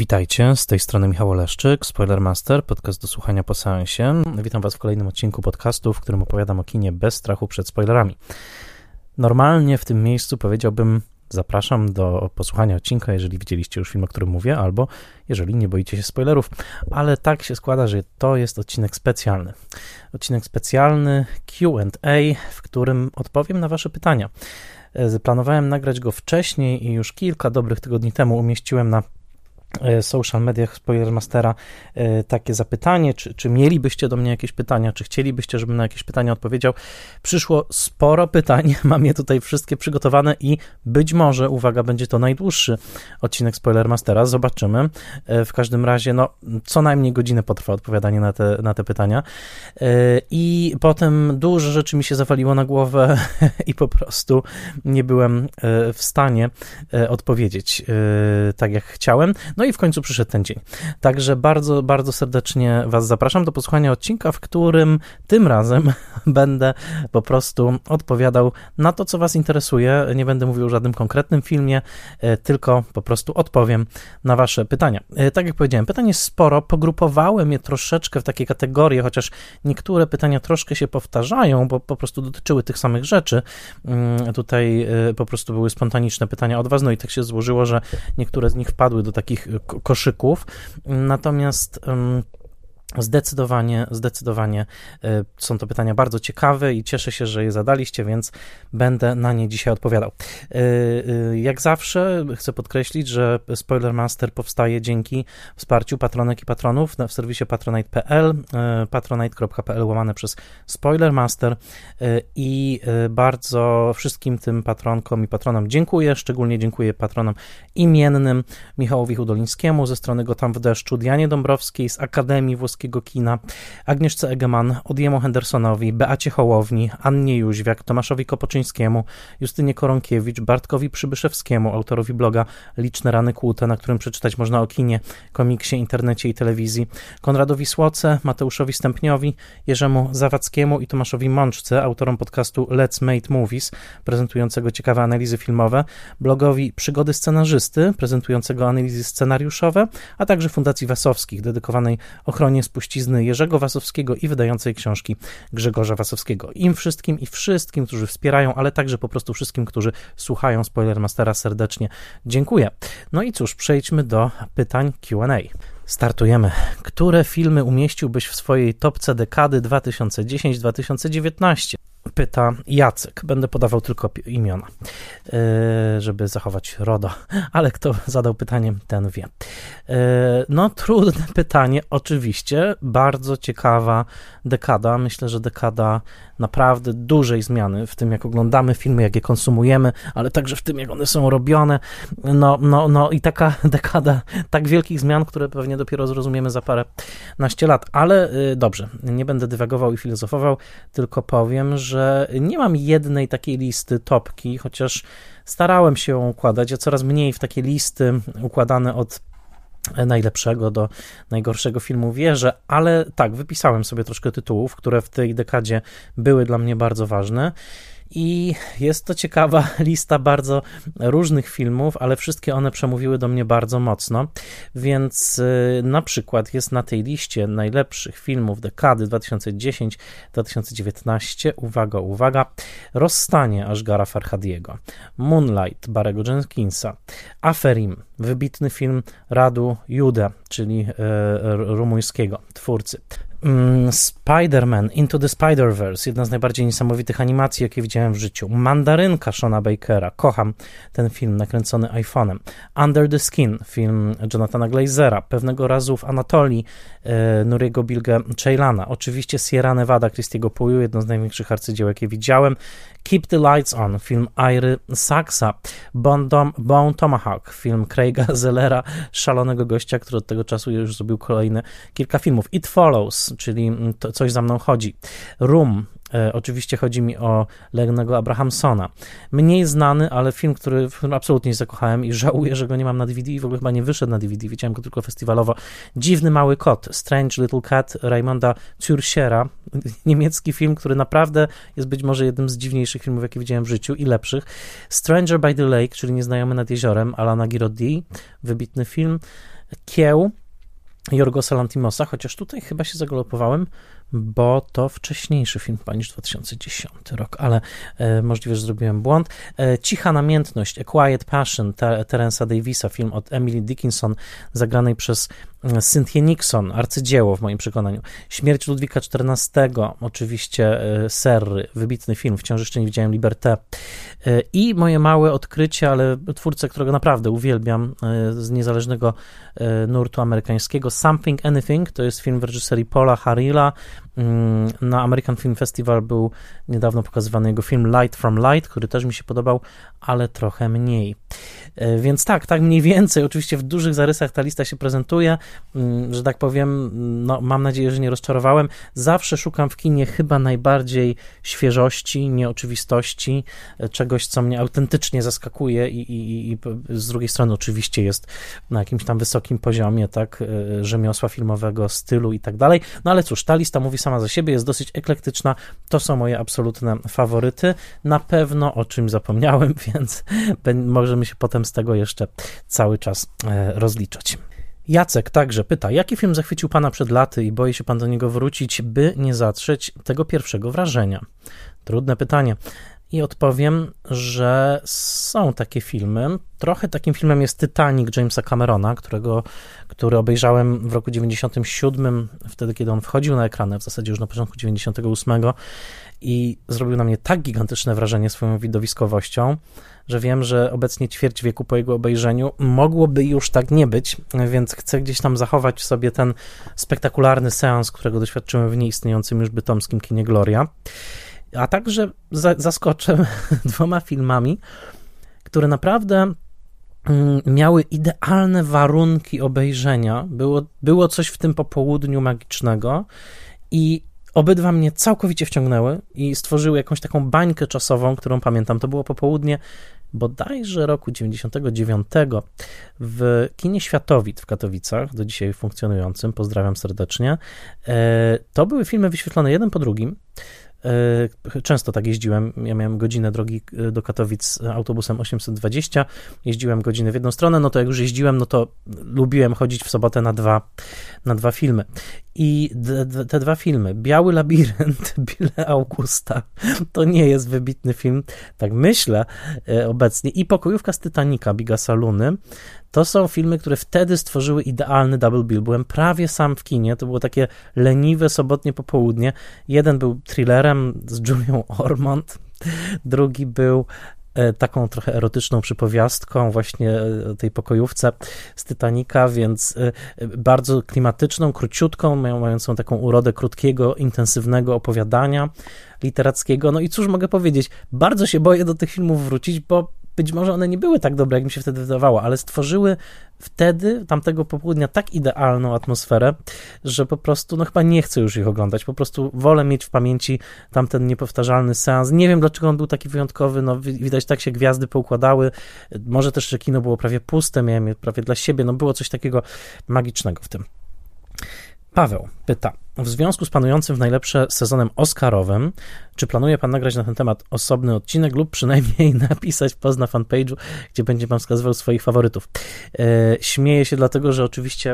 Witajcie, z tej strony Michał Oleszczyk, Spoilermaster, podcast do słuchania po seansie. Witam Was w kolejnym odcinku podcastu, w którym opowiadam o kinie bez strachu przed spoilerami. Normalnie w tym miejscu powiedziałbym: zapraszam do posłuchania odcinka, jeżeli widzieliście już film, o którym mówię, albo jeżeli nie boicie się spoilerów, ale tak się składa, że to jest odcinek specjalny. Odcinek specjalny Q&A, w którym odpowiem na Wasze pytania. Planowałem nagrać go wcześniej i już kilka dobrych tygodni temu umieściłem na social mediach Spoilermastera takie zapytanie, czy mielibyście do mnie jakieś pytania, czy chcielibyście, żebym na jakieś pytania odpowiedział. Przyszło sporo pytań, mam je tutaj wszystkie przygotowane i być może, uwaga, będzie to najdłuższy odcinek Spoilermastera, zobaczymy. W każdym razie, co najmniej godzinę potrwa odpowiadanie na te pytania i potem dużo rzeczy mi się zawaliło na głowę i po prostu nie byłem w stanie odpowiedzieć tak, jak chciałem. No i w końcu przyszedł ten dzień. Także bardzo, bardzo serdecznie Was zapraszam do posłuchania odcinka, w którym tym razem będę po prostu odpowiadał na to, co Was interesuje. Nie będę mówił o żadnym konkretnym filmie, tylko po prostu odpowiem na Wasze pytania. Tak jak powiedziałem, pytań jest sporo. Pogrupowałem je troszeczkę w takie kategorie, chociaż niektóre pytania troszkę się powtarzają, bo po prostu dotyczyły tych samych rzeczy. Tutaj po prostu były spontaniczne pytania od Was, no i tak się złożyło, że niektóre z nich wpadły do takich koszyków, natomiast zdecydowanie są to pytania bardzo ciekawe i cieszę się, że je zadaliście, więc będę na nie dzisiaj odpowiadał. Jak zawsze chcę podkreślić, że Spoilermaster powstaje dzięki wsparciu patronek i patronów w serwisie patronite.pl, patronite.pl/Spoilermaster i bardzo wszystkim tym patronkom i patronom dziękuję, szczególnie dziękuję patronom imiennym: Michałowi Hudolińskiemu ze strony Gotham w deszczu, Dianie Dąbrowskiej z Akademii Włoskiego Kina, Agnieszce Egeman, Odiemu Hendersonowi, Beacie Hołowni, Annie Jóźwiak, Tomaszowi Kopoczyńskiemu, Justynie Koronkiewicz, Bartkowi Przybyszewskiemu, autorowi bloga Liczne rany kłute, na którym przeczytać można o kinie, komiksie, internecie i telewizji, Konradowi Słoce, Mateuszowi Stępniowi, Jerzemu Zawadzkiemu i Tomaszowi Mączce, autorom podcastu Let's Make Movies, prezentującego ciekawe analizy filmowe, blogowi Przygody Scenarzysty, prezentującego analizy scenariuszowe, a także Fundacji Wasowskich, dedykowanej ochronie spuścizny Jerzego Wasowskiego i wydającej książki Grzegorza Wasowskiego. Im wszystkim i wszystkim, którzy wspierają, ale także po prostu wszystkim, którzy słuchają Spoilermastera, serdecznie dziękuję. No i cóż, przejdźmy do pytań Q&A. Startujemy. Które filmy umieściłbyś w swojej topce dekady 2010-2019? Pyta Jacek. Będę podawał tylko imiona, żeby zachować RODO, ale kto zadał pytanie, ten wie. Trudne pytanie, oczywiście, bardzo ciekawa dekada. Myślę, że dekada naprawdę dużej zmiany w tym, jak oglądamy filmy, jak je konsumujemy, ale także w tym, jak one są robione. I taka dekada tak wielkich zmian, które pewnie dopiero zrozumiemy za paręnaście lat. Ale dobrze, nie będę dywagował i filozofował, tylko powiem, że nie mam jednej takiej listy topki, chociaż starałem się ją układać. Ja coraz mniej w takie listy układane od najlepszego do najgorszego filmu wierzę, ale tak, wypisałem sobie troszkę tytułów, które w tej dekadzie były dla mnie bardzo ważne. I jest to ciekawa lista bardzo różnych filmów, ale wszystkie one przemówiły do mnie bardzo mocno, więc na przykład jest na tej liście najlepszych filmów dekady 2010-2019, uwaga, Rozstanie Ashgara Farhadiego, Moonlight Barry'ego Jenkinsa, Aferim, wybitny film Radu Jude, czyli rumuńskiego twórcy, Spider-Man Into the Spider-Verse, jedna z najbardziej niesamowitych animacji, jakie widziałem w życiu. Mandarynka Shona Bakera, kocham ten film nakręcony iPhone'em. Under the Skin, film Jonathana Glazera, Pewnego razu w Anatolii Nuriego Bilge Ceylana, oczywiście Sierra Nevada Christiego Puyu, jedno z największych arcydzieł, jakie widziałem. Keep the Lights On, film Iry Saxa, Bone Tomahawk, film Craiga Zellera, szalonego gościa, który od tego czasu już zrobił kolejne kilka filmów. It Follows, czyli Coś za mną chodzi. Room, oczywiście chodzi mi o Lennego Abrahamsona. Mniej znany, ale film, w którym absolutnie się zakochałem i żałuję, że go nie mam na DVD i w ogóle chyba nie wyszedł na DVD, widziałem go tylko festiwalowo. Dziwny mały kot, Strange Little Cat, Raymonda Zürchera, niemiecki film, który naprawdę jest być może jednym z dziwniejszych filmów, jakie widziałem w życiu i lepszych. Stranger by the Lake, czyli Nieznajomy nad jeziorem, Alana Giraudy, wybitny film. Kieł Jorgosa Lanthimosa, chociaż tutaj chyba się zagalopowałem, bo to wcześniejszy film chyba niż 2010 rok, ale możliwe, że zrobiłem błąd. Cicha namiętność, A Quiet Passion Terensa Davisa, film od Emily Dickinson, zagranej przez Cynthię Nixon, arcydzieło w moim przekonaniu. Śmierć Ludwika XIV, oczywiście Serry, wybitny film, wciąż jeszcze nie widziałem Liberté. I moje małe odkrycie, ale twórcę, którego naprawdę uwielbiam, z niezależnego nurtu amerykańskiego, Something Anything, to jest film w reżyserii Paula Harrilla. Na American Film Festival był niedawno pokazywany jego film Light from Light, który też mi się podobał, ale trochę mniej. Więc tak mniej więcej, oczywiście w dużych zarysach ta lista się prezentuje, że tak powiem, no mam nadzieję, że nie rozczarowałem. Zawsze szukam w kinie chyba najbardziej świeżości, nieoczywistości, czegoś, co mnie autentycznie zaskakuje i z drugiej strony oczywiście jest na jakimś tam wysokim poziomie, tak, rzemiosła filmowego, stylu i tak dalej. No ale cóż, ta lista mówi sama za siebie, jest dosyć eklektyczna, to są moje absolutne faworyty. Na pewno o czymś zapomniałem, więc możemy się potem z tego jeszcze cały czas rozliczać. Jacek także pyta, jaki film zachwycił Pana przed laty i boi się Pan do niego wrócić, by nie zatrzeć tego pierwszego wrażenia? Trudne pytanie. I odpowiem, że są takie filmy. Trochę takim filmem jest Titanic Jamesa Camerona, który obejrzałem w roku 97, wtedy kiedy on wchodził na ekrany, w zasadzie już na początku 98 i zrobił na mnie tak gigantyczne wrażenie swoją widowiskowością, że wiem, że obecnie ćwierć wieku po jego obejrzeniu mogłoby już tak nie być, więc chcę gdzieś tam zachować w sobie ten spektakularny seans, którego doświadczyłem w nieistniejącym już bytomskim kinie Gloria. A także zaskoczę 2 filmami, które naprawdę miały idealne warunki obejrzenia. Było coś w tym popołudniu magicznego i obydwa mnie całkowicie wciągnęły i stworzyły jakąś taką bańkę czasową, którą pamiętam. To było popołudnie bodajże roku 99 w kinie Światowit w Katowicach, do dzisiaj funkcjonującym, pozdrawiam serdecznie. To były filmy wyświetlone jeden po drugim. Często tak jeździłem, ja miałem godzinę drogi do Katowic autobusem 820, jeździłem godzinę w jedną stronę, no to jak już jeździłem, no to lubiłem chodzić w sobotę na dwa filmy. I te 2 filmy, Biały Labirynt, Bille Augusta, to nie jest wybitny film, tak myślę obecnie, i Pokojówka z Titanica, Biga Saluny, to są filmy, które wtedy stworzyły idealny double bill. Byłem prawie sam w kinie, to było takie leniwe sobotnie popołudnie. Jeden był thrillerem z Julią Ormond, drugi był taką trochę erotyczną przypowiastką właśnie tej pokojówce z Titanica, więc bardzo klimatyczną, króciutką, mającą taką urodę krótkiego, intensywnego opowiadania literackiego. No i cóż mogę powiedzieć, bardzo się boję do tych filmów wrócić, bo być może one nie były tak dobre, jak mi się wtedy wydawało, ale stworzyły wtedy, tamtego popołudnia, tak idealną atmosferę, że po prostu, no chyba nie chcę już ich oglądać, po prostu wolę mieć w pamięci tamten niepowtarzalny seans. Nie wiem, dlaczego on był taki wyjątkowy, no widać, tak się gwiazdy poukładały, może też, że kino było prawie puste, miałem je prawie dla siebie, no było coś takiego magicznego w tym. Paweł pyta, w związku z panującym w najlepsze sezonem oscarowym, czy planuje pan nagrać na ten temat osobny odcinek lub przynajmniej napisać post na fanpage'u, gdzie będzie pan wskazywał swoich faworytów? Śmieję się dlatego, że oczywiście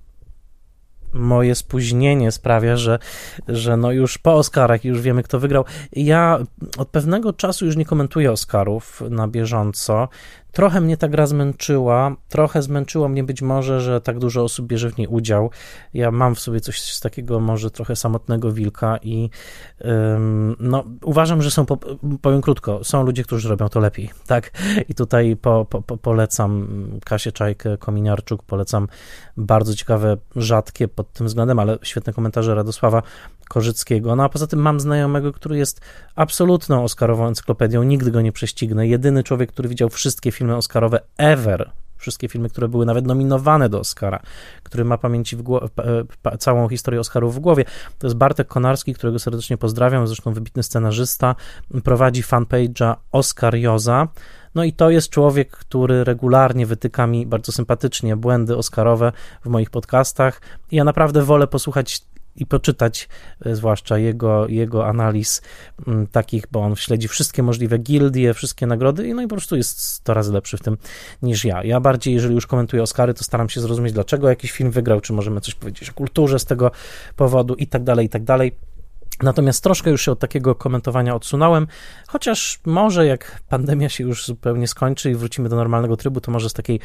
moje spóźnienie sprawia, że no już po Oscarach już wiemy, kto wygrał. Ja od pewnego czasu już nie komentuję Oscarów na bieżąco. Trochę mnie ta gra zmęczyła, trochę zmęczyło mnie być może, że tak dużo osób bierze w niej udział. Ja mam w sobie coś z takiego może trochę samotnego wilka i no, uważam, że powiem krótko, są ludzie, którzy robią to lepiej, tak? I tutaj polecam Kasię Czajkę, Kominiarczuk, polecam bardzo ciekawe, rzadkie pod tym względem, ale świetne komentarze Radosława Korzyckiego. No a poza tym mam znajomego, który jest absolutną oscarową encyklopedią, nigdy go nie prześcignę. Jedyny człowiek, który widział wszystkie filmy oscarowe ever, wszystkie filmy, które były nawet nominowane do Oscara, który ma pamięci całą historię Oscarów w głowie. To jest Bartek Konarski, którego serdecznie pozdrawiam, zresztą wybitny scenarzysta, prowadzi fanpage'a Oscarioza. No i to jest człowiek, który regularnie wytyka mi bardzo sympatycznie błędy oscarowe w moich podcastach. I ja naprawdę wolę posłuchać i poczytać zwłaszcza jego analiz takich, bo on śledzi wszystkie możliwe gildie, wszystkie nagrody, no i po prostu jest 100 razy lepszy w tym niż ja. Ja bardziej, jeżeli już komentuję Oscary, to staram się zrozumieć, dlaczego jakiś film wygrał, czy możemy coś powiedzieć o kulturze z tego powodu i tak dalej, i tak dalej. Natomiast troszkę już się od takiego komentowania odsunąłem, chociaż może jak pandemia się już zupełnie skończy i wrócimy do normalnego trybu, to może z takiej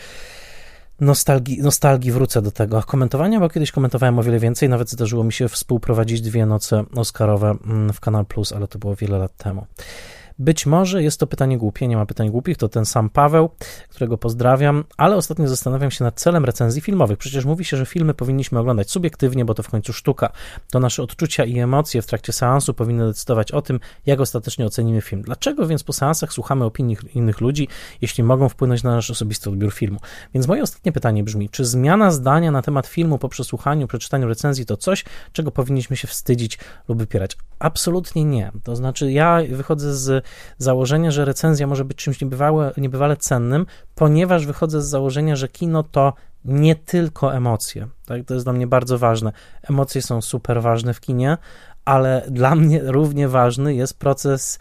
nostalgii wrócę do tego komentowania, bo kiedyś komentowałem o wiele więcej, nawet zdarzyło mi się współprowadzić 2 noce Oscarowe w Kanal Plus, ale to było wiele lat temu. Być może jest to pytanie głupie, nie ma pytań głupich, to ten sam Paweł, którego pozdrawiam, ale ostatnio zastanawiam się nad celem recenzji filmowych. Przecież mówi się, że filmy powinniśmy oglądać subiektywnie, bo to w końcu sztuka. To nasze odczucia i emocje w trakcie seansu powinny decydować o tym, jak ostatecznie ocenimy film. Dlaczego więc po seansach słuchamy opinii innych ludzi, jeśli mogą wpłynąć na nasz osobisty odbiór filmu? Więc moje ostatnie pytanie brzmi, czy zmiana zdania na temat filmu po przesłuchaniu, przeczytaniu recenzji to coś, czego powinniśmy się wstydzić lub wypierać? Absolutnie nie. To znaczy ja wychodzę z założenia, że recenzja może być czymś niebywale cennym, ponieważ wychodzę z założenia, że kino to nie tylko emocje. Tak? To jest dla mnie bardzo ważne. Emocje są super ważne w kinie, ale dla mnie równie ważny jest proces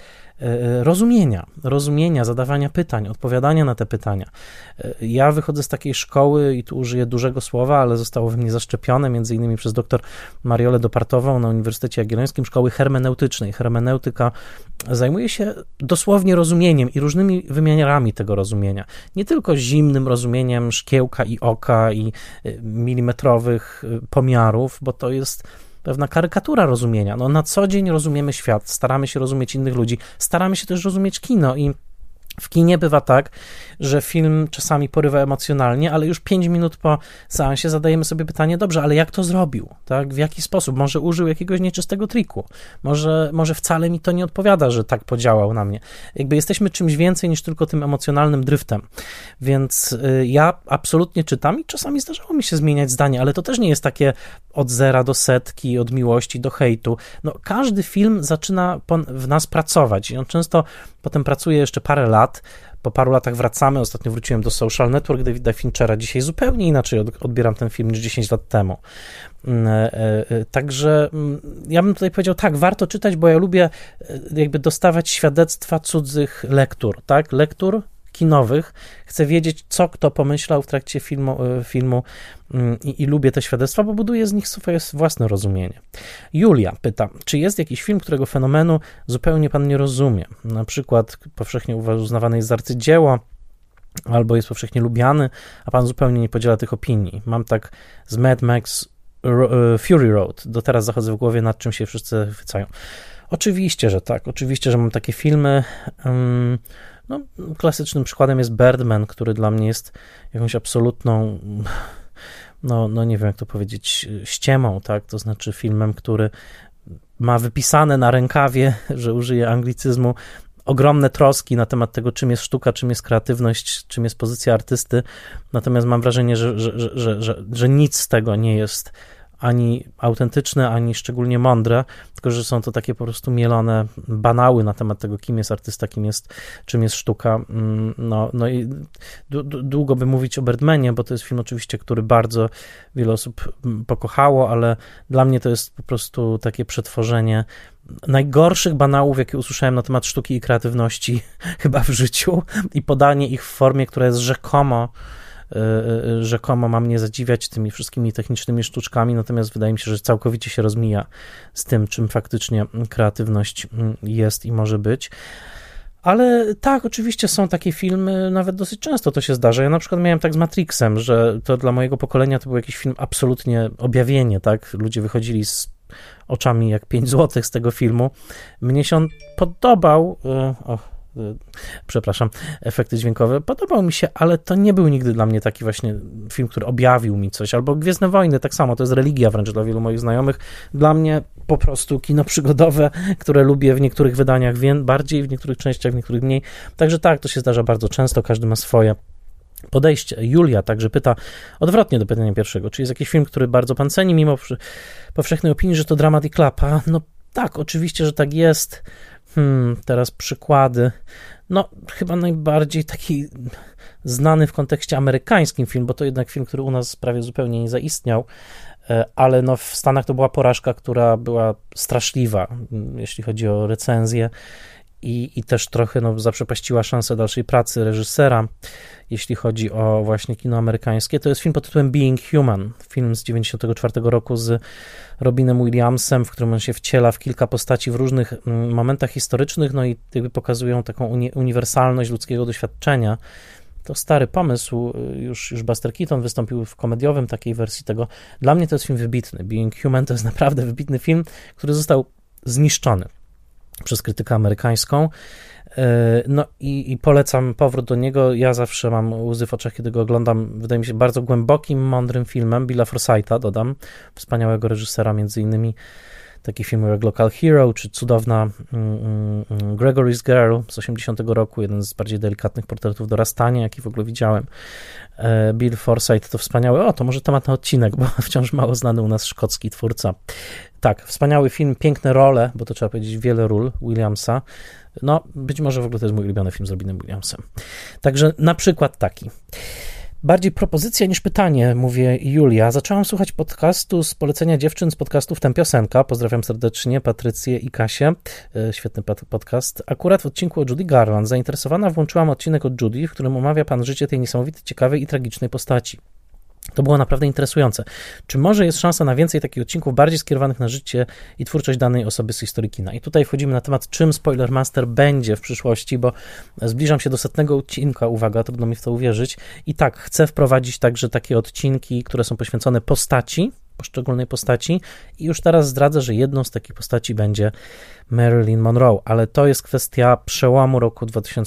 rozumienia, zadawania pytań, odpowiadania na te pytania. Ja wychodzę z takiej szkoły i tu użyję dużego słowa, ale zostało we mnie zaszczepione między innymi przez dr Mariolę Dopartową na Uniwersytecie Jagiellońskim, szkoły hermeneutycznej. Hermeneutyka zajmuje się dosłownie rozumieniem i różnymi wymiarami tego rozumienia. Nie tylko zimnym rozumieniem szkiełka i oka i milimetrowych pomiarów, bo to jest pewna karykatura rozumienia. No, na co dzień rozumiemy świat, staramy się rozumieć innych ludzi, staramy się też rozumieć kino i w kinie bywa tak, że film czasami porywa emocjonalnie, ale już 5 minut po seansie zadajemy sobie pytanie, dobrze, ale jak to zrobił? Tak? W jaki sposób? Może użył jakiegoś nieczystego triku? Może wcale mi to nie odpowiada, że tak podziałał na mnie. Jakby jesteśmy czymś więcej niż tylko tym emocjonalnym driftem. Więc ja absolutnie czytam i czasami zdarzało mi się zmieniać zdanie, ale to też nie jest takie od 0 do 100, od miłości do hejtu. No, każdy film zaczyna w nas pracować i on często potem pracuje jeszcze parę lat. Po paru latach wracamy. Ostatnio wróciłem do Social Network Davida Finchera. Dzisiaj zupełnie inaczej odbieram ten film niż 10 lat temu. Także ja bym tutaj powiedział, tak, warto czytać, bo ja lubię jakby dostawać świadectwa cudzych lektur, tak? Lektur kinowych. Chcę wiedzieć, co kto pomyślał w trakcie filmu i lubię te świadectwa, bo buduję z nich swoje własne rozumienie. Julia pyta, czy jest jakiś film, którego fenomenu zupełnie pan nie rozumie? Na przykład powszechnie uznawany jest za arcydzieło, albo jest powszechnie lubiany, a pan zupełnie nie podziela tych opinii. Mam tak z Mad Max Fury Road. Do teraz zachodzę w głowie, nad czym się wszyscy chwycają. Oczywiście, że tak. Oczywiście, że mam takie filmy. No, klasycznym przykładem jest Birdman, który dla mnie jest jakąś absolutną, no nie wiem jak to powiedzieć, ściemą, tak? To znaczy filmem, który ma wypisane na rękawie, że użyję anglicyzmu, ogromne troski na temat tego, czym jest sztuka, czym jest kreatywność, czym jest pozycja artysty, natomiast mam wrażenie, że nic z tego nie jest ani autentyczne, ani szczególnie mądre, tylko że są to takie po prostu mielone banały na temat tego, kim jest artysta, czym jest sztuka. No i długo by mówić o Birdmanie, bo to jest film oczywiście, który bardzo wiele osób pokochało, ale dla mnie to jest po prostu takie przetworzenie najgorszych banałów, jakie usłyszałem na temat sztuki i kreatywności chyba w życiu i podanie ich w formie, która jest rzekomo ma mnie zadziwiać tymi wszystkimi technicznymi sztuczkami, natomiast wydaje mi się, że całkowicie się rozmija z tym, czym faktycznie kreatywność jest i może być. Ale tak, oczywiście są takie filmy, nawet dosyć często to się zdarza. Ja na przykład miałem tak z Matrixem, że to dla mojego pokolenia to był jakiś film absolutnie objawienie, tak? Ludzie wychodzili z oczami jak 5 złotych z tego filmu. Mnie się on podobał, przepraszam, efekty dźwiękowe, podobał mi się, ale to nie był nigdy dla mnie taki właśnie film, który objawił mi coś, albo Gwiezdne Wojny, tak samo, to jest religia wręcz dla wielu moich znajomych. Dla mnie po prostu kino przygodowe, które lubię w niektórych wydaniach bardziej, w niektórych częściach, w niektórych mniej. Także tak, to się zdarza bardzo często, każdy ma swoje podejście. Julia także pyta odwrotnie do pytania pierwszego, czy jest jakiś film, który bardzo pan ceni, mimo powszechnej opinii, że to dramat i klapa? No tak, oczywiście, że tak jest. Teraz przykłady. No, chyba najbardziej taki znany w kontekście amerykańskim film, bo to jednak film, który u nas prawie zupełnie nie zaistniał, ale no w Stanach to była porażka, która była straszliwa, jeśli chodzi o recenzję i też trochę no, zaprzepaściła szansę dalszej pracy reżysera, jeśli chodzi o właśnie kino amerykańskie. To jest film pod tytułem Being Human, film z 1994 roku z Robinem Williamsem, w którym on się wciela w kilka postaci w różnych momentach historycznych, no i jakby pokazują taką uniwersalność ludzkiego doświadczenia. To stary pomysł, już Buster Keaton wystąpił w komediowym takiej wersji tego. Dla mnie to jest film wybitny. Being Human to jest naprawdę wybitny film, który został zniszczony przez krytykę amerykańską. No i polecam powrót do niego. Ja zawsze mam łzy w oczach, kiedy go oglądam. Wydaje mi się bardzo głębokim, mądrym filmem. Billa Forsytha, dodam, wspaniałego reżysera, między innymi taki film jak Local Hero, czy cudowna Gregory's Girl z 80 roku, jeden z bardziej delikatnych portretów dorastania, jaki w ogóle widziałem. Bill Forsyth to wspaniały, to może temat na odcinek, bo wciąż mało znany u nas szkocki twórca. Tak, wspaniały film, piękne role, bo to trzeba powiedzieć wiele ról Williamsa. No, być może w ogóle to jest mój ulubiony film z Robinem Williamsem. Także na przykład taki. Bardziej propozycja niż pytanie, mówię Julia. Zaczęłam słuchać podcastu z polecenia dziewczyn z podcastów Tę Piosenka. Pozdrawiam serdecznie Patrycję i Kasię. Świetny podcast. Akurat w odcinku o Judy Garland. Zainteresowana włączyłam odcinek od Judy, w którym omawia pan życie tej niesamowicie ciekawej i tragicznej postaci. To było naprawdę interesujące. Czy może jest szansa na więcej takich odcinków bardziej skierowanych na życie i twórczość danej osoby z historii kina? I tutaj wchodzimy na temat, czym Spoilermaster będzie w przyszłości, bo zbliżam się do 100. odcinka, uwaga, trudno mi w to uwierzyć. I tak, chcę wprowadzić także takie odcinki, które są poświęcone poszczególnej postaci i już teraz zdradzę, że jedną z takich postaci będzie Monroe, ale to jest kwestia przełomu roku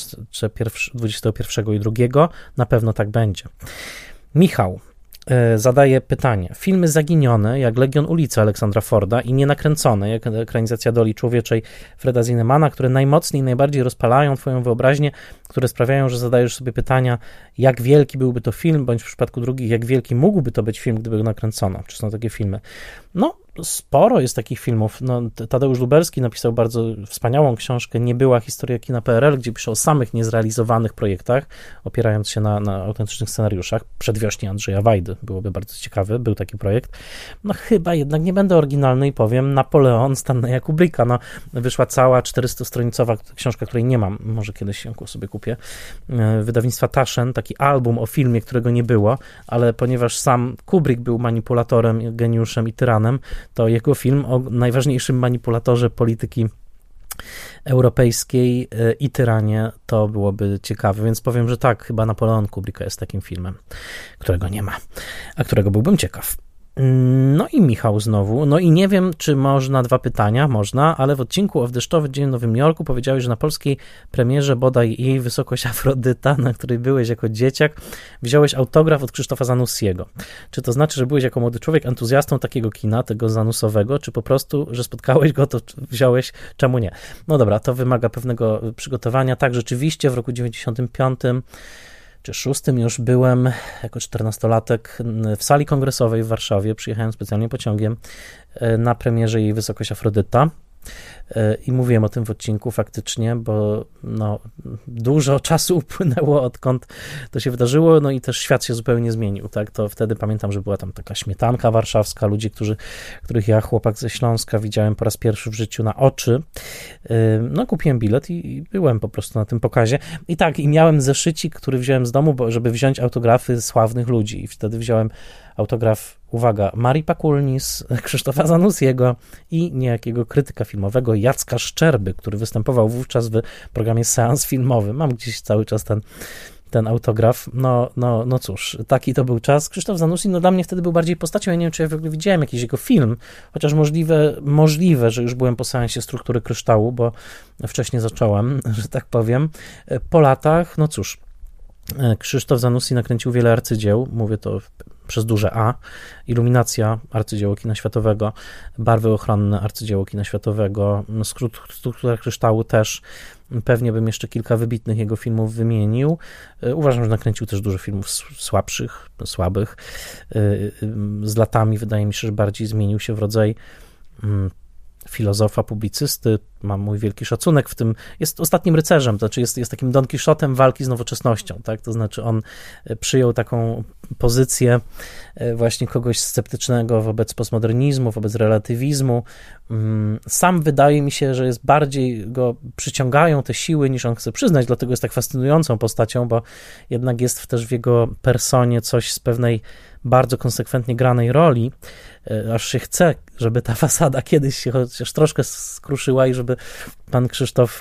2021 i 2022. Na pewno tak będzie. Michał zadaje pytanie. Filmy zaginione, jak Legion ulicy Aleksandra Forda i nienakręcone, jak ekranizacja Doli Człowieczej Freda Zinnemana, które najmocniej, najbardziej rozpalają twoją wyobraźnię, które sprawiają, że zadajesz sobie pytania, jak wielki byłby to film, bądź w przypadku drugich, jak wielki mógłby to być film, gdyby go nakręcono. Czy są takie filmy? No, sporo jest takich filmów. No, Tadeusz Lubelski napisał bardzo wspaniałą książkę Nie była historia kina PRL, gdzie pisze o samych niezrealizowanych projektach, opierając się na autentycznych scenariuszach. Przedwiośnie Andrzeja Wajdy byłoby bardzo ciekawy, był taki projekt. No chyba jednak nie będę oryginalny i powiem Napoleon Stanleya Kubricka. No, wyszła cała 400-stronicowa książka, której nie mam, może kiedyś ją sobie kupię, wydawnictwa Taschen, taki album o filmie, którego nie było, ale ponieważ sam Kubrick był manipulatorem, geniuszem i tyranem, to jego film o najważniejszym manipulatorze polityki europejskiej i tyranie to byłoby ciekawe, więc powiem, że tak, chyba Napoleon Kubricka jest takim filmem, którego nie ma, a którego byłbym ciekaw. No i Michał znowu, no i nie wiem, czy można 2 pytania, można, ale w odcinku o W deszczowy dzień w Nowym Jorku powiedziałeś, że na polskiej premierze bodaj Jej wysokość Afrodyta, na której byłeś jako dzieciak, wziąłeś autograf od Krzysztofa Zanussiego. Czy to znaczy, że byłeś jako młody człowiek entuzjastą takiego kina, tego Zanusowego, czy po prostu, że spotkałeś go, to wziąłeś, czemu nie? No dobra, to wymaga pewnego przygotowania. Tak, rzeczywiście w roku 95 czy 6 już byłem jako 14-latek w sali kongresowej w Warszawie, przyjechałem specjalnie pociągiem na premierze Jej wysokość Afrodyta i mówiłem o tym w odcinku faktycznie, bo no, dużo czasu upłynęło, odkąd to się wydarzyło, no i też świat się zupełnie zmienił, tak, to wtedy pamiętam, że była tam taka śmietanka warszawska, ludzie, których ja, chłopak ze Śląska, widziałem po raz pierwszy w życiu na oczy, no kupiłem bilet i byłem po prostu na tym pokazie i tak, i miałem zeszycik, który wziąłem z domu, żeby wziąć autografy sławnych ludzi i wtedy wziąłem autograf, uwaga, Marii Pakulnis, Krzysztofa Zanussiego i niejakiego krytyka filmowego Jacka Szczerby, który występował wówczas w programie Seans Filmowy. Mam gdzieś cały czas ten autograf. No cóż, taki to był czas. Krzysztof Zanussi, no dla mnie wtedy był bardziej postacią. Ja nie wiem, czy ja w ogóle widziałem jakiś jego film, chociaż możliwe, że już byłem po seansie Struktury Kryształu, bo wcześniej zacząłem, że tak powiem. Po latach, no cóż, Krzysztof Zanussi nakręcił wiele arcydzieł, mówię to przez duże A, Iluminacja, arcydzieło kina światowego, Barwy ochronne, arcydzieło kina światowego, Struktura Kryształu też, pewnie bym jeszcze kilka wybitnych jego filmów wymienił. Uważam, że nakręcił też dużo filmów słabych. Z latami wydaje mi się, że bardziej zmienił się w rodzaj filozofa, publicysty, mam mój wielki szacunek w tym, jest ostatnim rycerzem, to znaczy jest takim Don Quixotem walki z nowoczesnością, tak? To znaczy on przyjął taką pozycję właśnie kogoś sceptycznego wobec postmodernizmu, wobec relatywizmu. Sam wydaje mi się, że jest bardziej go przyciągają te siły, niż on chce przyznać, dlatego jest tak fascynującą postacią, bo jednak jest też w jego personie coś z pewnej bardzo konsekwentnie granej roli, aż się chce, żeby ta fasada kiedyś się chociaż troszkę skruszyła i żeby pan Krzysztof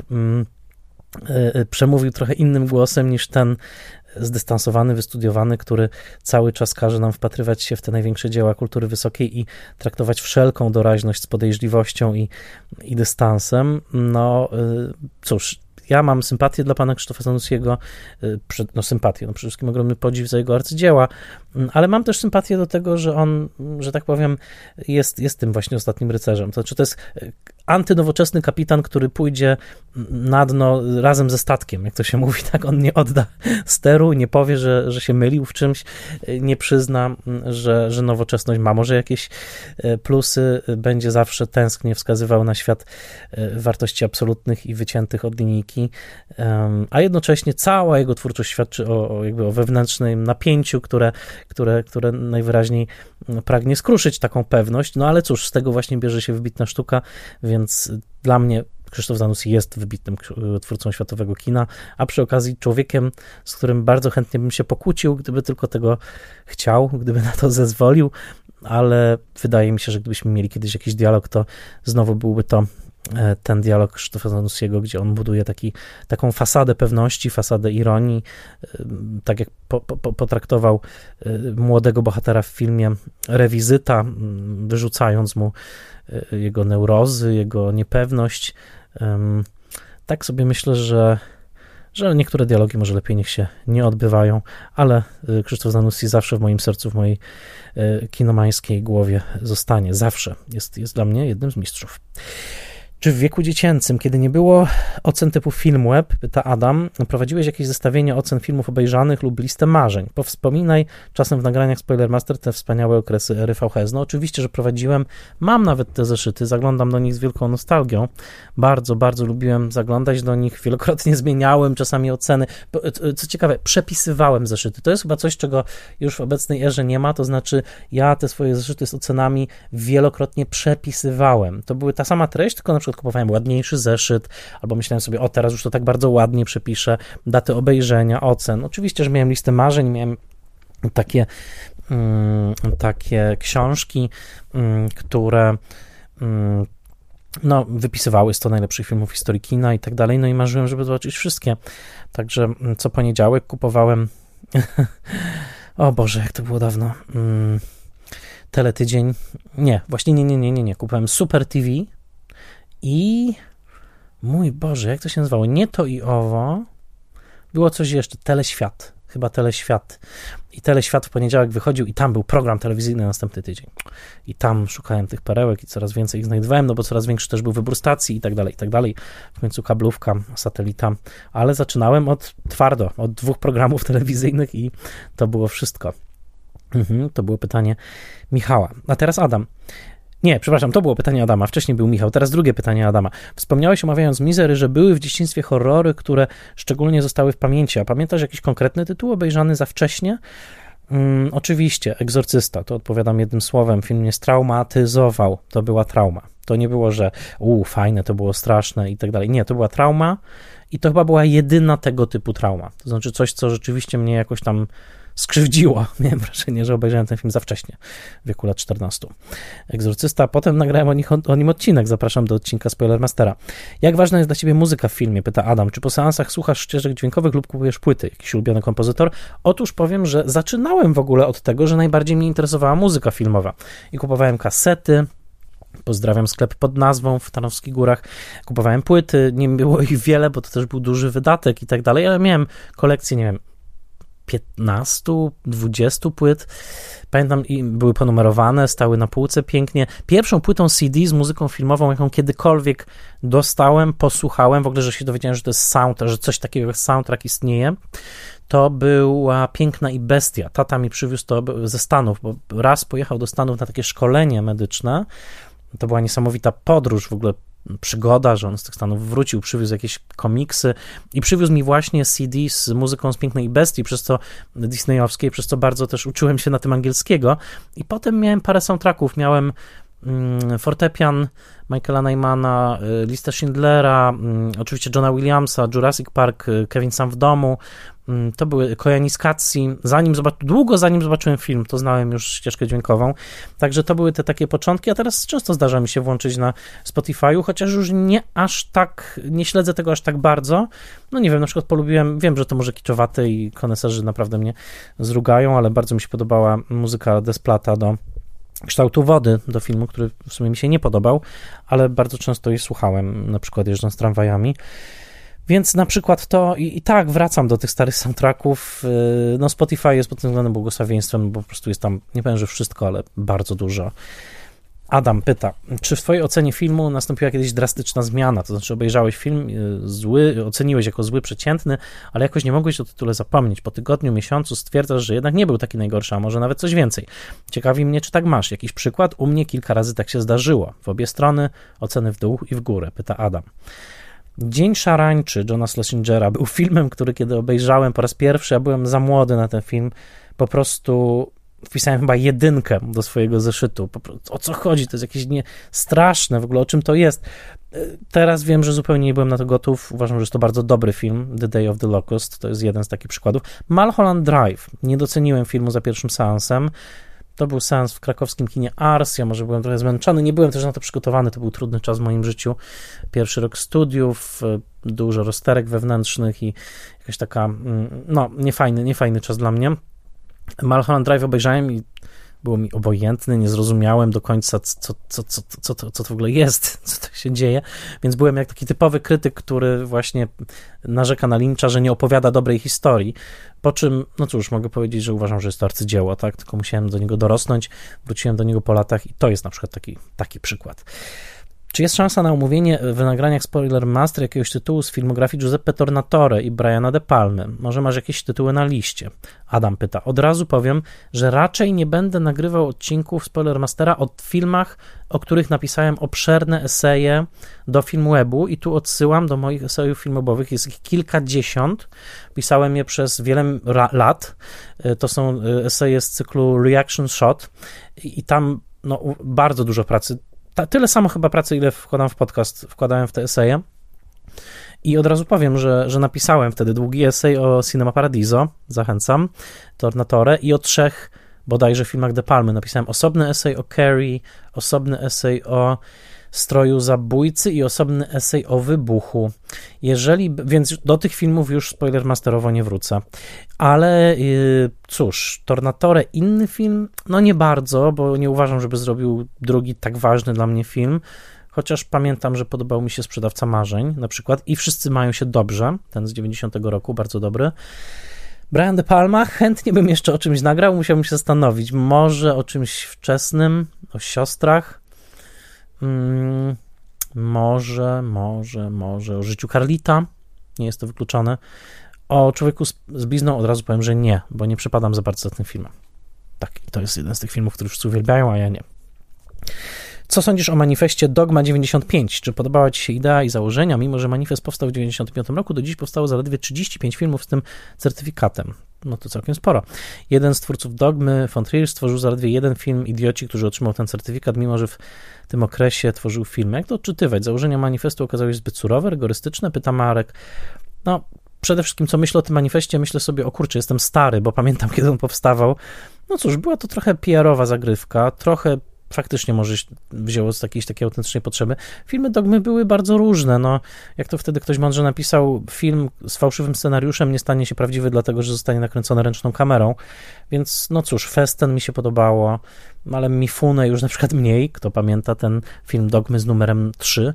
przemówił trochę innym głosem niż ten zdystansowany, wystudiowany, który cały czas każe nam wpatrywać się w te największe dzieła kultury wysokiej i traktować wszelką doraźność z podejrzliwością i dystansem. No cóż, ja mam sympatię dla pana Krzysztofa Sanussiego, sympatię, przede wszystkim ogromny podziw za jego arcydzieła, ale mam też sympatię do tego, że on, że tak powiem, jest tym właśnie ostatnim rycerzem. To znaczy, to jest antynowoczesny kapitan, który pójdzie na dno razem ze statkiem, jak to się mówi, tak? On nie odda steru, nie powie, że się mylił w czymś, nie przyzna, że nowoczesność ma może jakieś plusy, będzie zawsze tęsknie wskazywał na świat wartości absolutnych i wyciętych od linijki, a jednocześnie cała jego twórczość świadczy o wewnętrznym napięciu, które najwyraźniej pragnie skruszyć taką pewność, no ale cóż, z tego właśnie bierze się wybitna sztuka, więc dla mnie Krzysztof Zanussi jest wybitnym twórcą światowego kina, a przy okazji człowiekiem, z którym bardzo chętnie bym się pokłócił, gdyby tylko tego chciał, gdyby na to zezwolił, ale wydaje mi się, że gdybyśmy mieli kiedyś jakiś dialog, to znowu byłby to ten dialog Krzysztofa Zanussiego, gdzie on buduje taką fasadę pewności, fasadę ironii, tak jak potraktował młodego bohatera w filmie Rewizyta, wyrzucając mu jego neurozy, jego niepewność. Tak sobie myślę, że niektóre dialogi może lepiej niech się nie odbywają, ale Krzysztof Zanussi zawsze w moim sercu, w mojej kinomańskiej głowie zostanie. Zawsze jest dla mnie jednym z mistrzów. Czy w wieku dziecięcym, kiedy nie było ocen typu Filmweb, pyta Adam, prowadziłeś jakieś zestawienie ocen filmów obejrzanych lub listę marzeń? Powspominaj czasem w nagraniach Spoilermaster te wspaniałe okresy ery VHS. No oczywiście, że prowadziłem, mam nawet te zeszyty, zaglądam do nich z wielką nostalgią. Bardzo, bardzo lubiłem zaglądać do nich, wielokrotnie zmieniałem czasami oceny. Co ciekawe, przepisywałem zeszyty. To jest chyba coś, czego już w obecnej erze nie ma, to znaczy ja te swoje zeszyty z ocenami wielokrotnie przepisywałem. To były ta sama treść, tylko na przykład kupowałem ładniejszy zeszyt, albo myślałem sobie, teraz już to tak bardzo ładnie przepiszę, daty obejrzenia, ocen. Oczywiście, że miałem listę marzeń, miałem takie książki, które wypisywały 100 najlepszych filmów w historii kina i tak dalej, no i marzyłem, żeby zobaczyć wszystkie. Także co poniedziałek kupowałem o Boże, jak to było dawno, Teletydzień, nie, właśnie nie, kupowałem Super TV i mój Boże, jak to się nazywało? Nie to i owo. Było coś jeszcze. Teleświat. Chyba Teleświat. I Teleświat w poniedziałek wychodził i tam był program telewizyjny na następny tydzień. I tam szukałem tych perełek i coraz więcej ich znajdowałem, no bo coraz większy też był wybór stacji i tak dalej, i tak dalej. W końcu kablówka, satelita. Ale zaczynałem od 2 programów telewizyjnych i to było wszystko. To było pytanie Michała. A teraz Adam. Nie, przepraszam, to było pytanie Adama, wcześniej był Michał, teraz drugie pytanie Adama. Wspomniałeś, omawiając Mizery, że były w dzieciństwie horrory, które szczególnie zostały w pamięci. A pamiętasz jakiś konkretny tytuł obejrzany za wcześnie? Oczywiście, Egzorcysta, to odpowiadam jednym słowem, film mnie straumatyzował, to była trauma. To nie było, że fajne, to było straszne i tak dalej. Nie, to była trauma i to chyba była jedyna tego typu trauma. To znaczy coś, co rzeczywiście mnie jakoś tam skrzywdziło. Miałem wrażenie, że obejrzałem ten film za wcześnie, w wieku lat 14. Egzorcysta, potem nagrałem o nim odcinek, zapraszam do odcinka Spoilermastera. Jak ważna jest dla ciebie muzyka w filmie, pyta Adam. Czy po seansach słuchasz ścieżek dźwiękowych lub kupujesz płyty? Jakiś ulubiony kompozytor? Otóż powiem, że zaczynałem w ogóle od tego, że najbardziej mnie interesowała muzyka filmowa i kupowałem kasety. Pozdrawiam sklep pod nazwą w Tarnowskich Górach. Kupowałem płyty, nie było ich wiele, bo to też był duży wydatek i tak dalej, ale miałem kolekcję, nie wiem, 15-20 płyt. Pamiętam, i były ponumerowane, stały na półce pięknie. Pierwszą płytą CD z muzyką filmową, jaką kiedykolwiek dostałem, posłuchałem, w ogóle, że się dowiedziałem, że to jest soundtrack, że coś takiego jak soundtrack istnieje, to była Piękna i Bestia. Tata mi przywiózł to ze Stanów, bo raz pojechał do Stanów na takie szkolenie medyczne. To była niesamowita podróż, w ogóle przygoda, że on z tych Stanów wrócił, przywiózł jakieś komiksy i przywiózł mi właśnie CD z muzyką z Pięknej Bestii, przez co disneyowskiej, przez co bardzo też uczyłem się na tym angielskiego i potem miałem parę soundtracków, miałem Fortepian Michaela Nymana, Listę Schindlera, oczywiście Johna Williamsa, Jurassic Park, Kevin sam w domu, to były Koyaanisqatsi długo zanim zobaczyłem film, to znałem już ścieżkę dźwiękową, także to były te takie początki, a teraz często zdarza mi się włączyć na Spotify'u, chociaż już nie śledzę tego aż tak bardzo, no nie wiem, na przykład polubiłem, wiem, że to może kiczowate i koneserzy naprawdę mnie zrugają, ale bardzo mi się podobała muzyka Desplata do Kształtu wody, do filmu, który w sumie mi się nie podobał, ale bardzo często jej słuchałem, na przykład jeżdżąc tramwajami. Więc na przykład to i tak wracam do tych starych soundtracków. No Spotify jest pod tym względem błogosławieństwem, bo po prostu jest tam, nie powiem, że wszystko, ale bardzo dużo. Adam pyta, czy w twojej ocenie filmu nastąpiła kiedyś drastyczna zmiana? To znaczy obejrzałeś film zły, oceniłeś jako zły, przeciętny, ale jakoś nie mogłeś o tytule zapomnieć. Po tygodniu, miesiącu stwierdzasz, że jednak nie był taki najgorszy, a może nawet coś więcej. Ciekawi mnie, czy tak masz. Jakiś przykład? U mnie kilka razy tak się zdarzyło. W obie strony, oceny w dół i w górę, pyta Adam. Dzień szarańczy Johna Schlesingera był filmem, który kiedy obejrzałem po raz pierwszy, ja byłem za młody na ten film, po prostu wpisałem chyba 1 do swojego zeszytu. O co chodzi? To jest jakieś straszne w ogóle, o czym to jest. Teraz wiem, że zupełnie nie byłem na to gotów. Uważam, że jest to bardzo dobry film. The Day of the Locust to jest jeden z takich przykładów. Mulholland Drive. Nie doceniłem filmu za pierwszym seansem. To był seans w krakowskim kinie Ars. Ja może byłem trochę zmęczony. Nie byłem też na to przygotowany. To był trudny czas w moim życiu. Pierwszy rok studiów, dużo rozterek wewnętrznych i jakaś taka, no, niefajny czas dla mnie. Mulholland Drive obejrzałem i było mi obojętne, nie zrozumiałem do końca, co to w ogóle jest, co to się dzieje, więc byłem jak taki typowy krytyk, który właśnie narzeka na Lyncha, że nie opowiada dobrej historii, po czym, no cóż, mogę powiedzieć, że uważam, że jest to arcydzieło, tak, tylko musiałem do niego dorosnąć, wróciłem do niego po latach i to jest na przykład taki przykład. Czy jest szansa na omówienie w nagraniach Spoiler Master jakiegoś tytułu z filmografii Giuseppe Tornatore i Briana De Palmy? Może masz jakieś tytuły na liście? Adam pyta. Od razu powiem, że raczej nie będę nagrywał odcinków Spoiler Mastera o filmach, o których napisałem obszerne eseje do Filmwebu i tu odsyłam do moich esejów filmowych. Jest ich kilkadziesiąt. Pisałem je przez wiele lat. To są eseje z cyklu Reaction Shot i tam no, bardzo dużo pracy. Tyle samo chyba pracy, ile wkładam w podcast, wkładałem w te eseje. I od razu powiem, że napisałem wtedy długi esej o Cinema Paradiso, zachęcam, Tornatore, i o 3 bodajże filmach De Palmy. Napisałem osobny esej o Carrie, osobny esej o Stroju Zabójcy i osobny esej o Wybuchu. Więc do tych filmów już spoilermasterowo nie wrócę. Ale cóż, Tornatore, inny film? No nie bardzo, bo nie uważam, żeby zrobił drugi tak ważny dla mnie film, chociaż pamiętam, że podobał mi się Sprzedawca Marzeń na przykład i Wszyscy mają się dobrze, ten z 90 roku, bardzo dobry. Brian De Palma, chętnie bym jeszcze o czymś nagrał, musiałbym się zastanowić, może o czymś wczesnym, o siostrach, może o życiu Carlita, nie jest to wykluczone. O Człowieku z blizną od razu powiem, że nie, bo nie przepadam za bardzo za tym filmem. Tak, to jest jeden z tych filmów, które wszyscy uwielbiają, a ja nie. Co sądzisz o manifestie Dogma 95? Czy podobała ci się idea i założenia? Mimo że manifest powstał w 95 roku, do dziś powstało zaledwie 35 filmów z tym certyfikatem. No to całkiem sporo. Jeden z twórców Dogmy, von Trier, stworzył zaledwie 1 film, Idioci, który otrzymał ten certyfikat, mimo że w tym okresie tworzył filmy. Jak to odczytywać? Założenia manifestu okazały się zbyt surowe, rygorystyczne? Pyta Marek. No, przede wszystkim, co myślę o tym manifestie, myślę sobie, o kurczę, jestem stary, bo pamiętam, kiedy on powstawał. No cóż, była to trochę PR-owa zagrywka, trochę faktycznie może wzięło z jakiejś takiej autentycznej potrzeby. Filmy Dogmy były bardzo różne, no jak to wtedy ktoś mądrze napisał, film z fałszywym scenariuszem nie stanie się prawdziwy, dlatego że zostanie nakręcony ręczną kamerą, więc no cóż, Festen mi się podobało, ale Mifune już na przykład mniej, kto pamięta ten film Dogmy z numerem 3.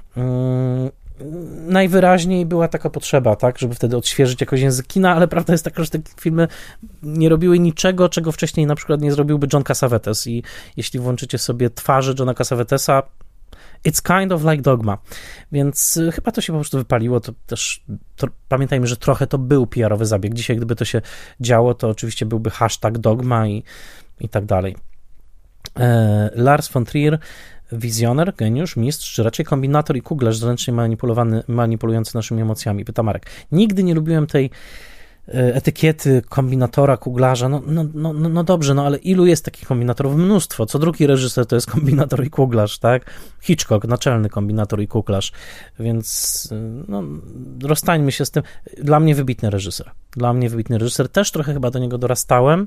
Najwyraźniej była taka potrzeba, tak, żeby wtedy odświeżyć jakoś język kina, ale prawda jest taka, że te filmy nie robiły niczego, czego wcześniej na przykład nie zrobiłby John Cassavetes i jeśli włączycie sobie twarze Johna Cassavetesa, it's kind of like Dogma, więc chyba to się po prostu wypaliło, to też pamiętajmy, że trochę to był PR-owy zabieg. Dzisiaj gdyby to się działo, to oczywiście byłby hashtag Dogma i tak dalej. Lars von Trier Wizjoner, geniusz, mistrz, czy raczej kombinator i kuglarz zręcznie manipulujący naszymi emocjami? Pyta Marek. Nigdy nie lubiłem tej etykiety kombinatora, kuglarza. No dobrze, no ale ilu jest takich kombinatorów? Mnóstwo. Co drugi reżyser to jest kombinator i kuglarz, tak? Hitchcock, naczelny kombinator i kuglarz. Więc no, rozstańmy się z tym. Dla mnie wybitny reżyser. Też trochę chyba do niego dorastałem.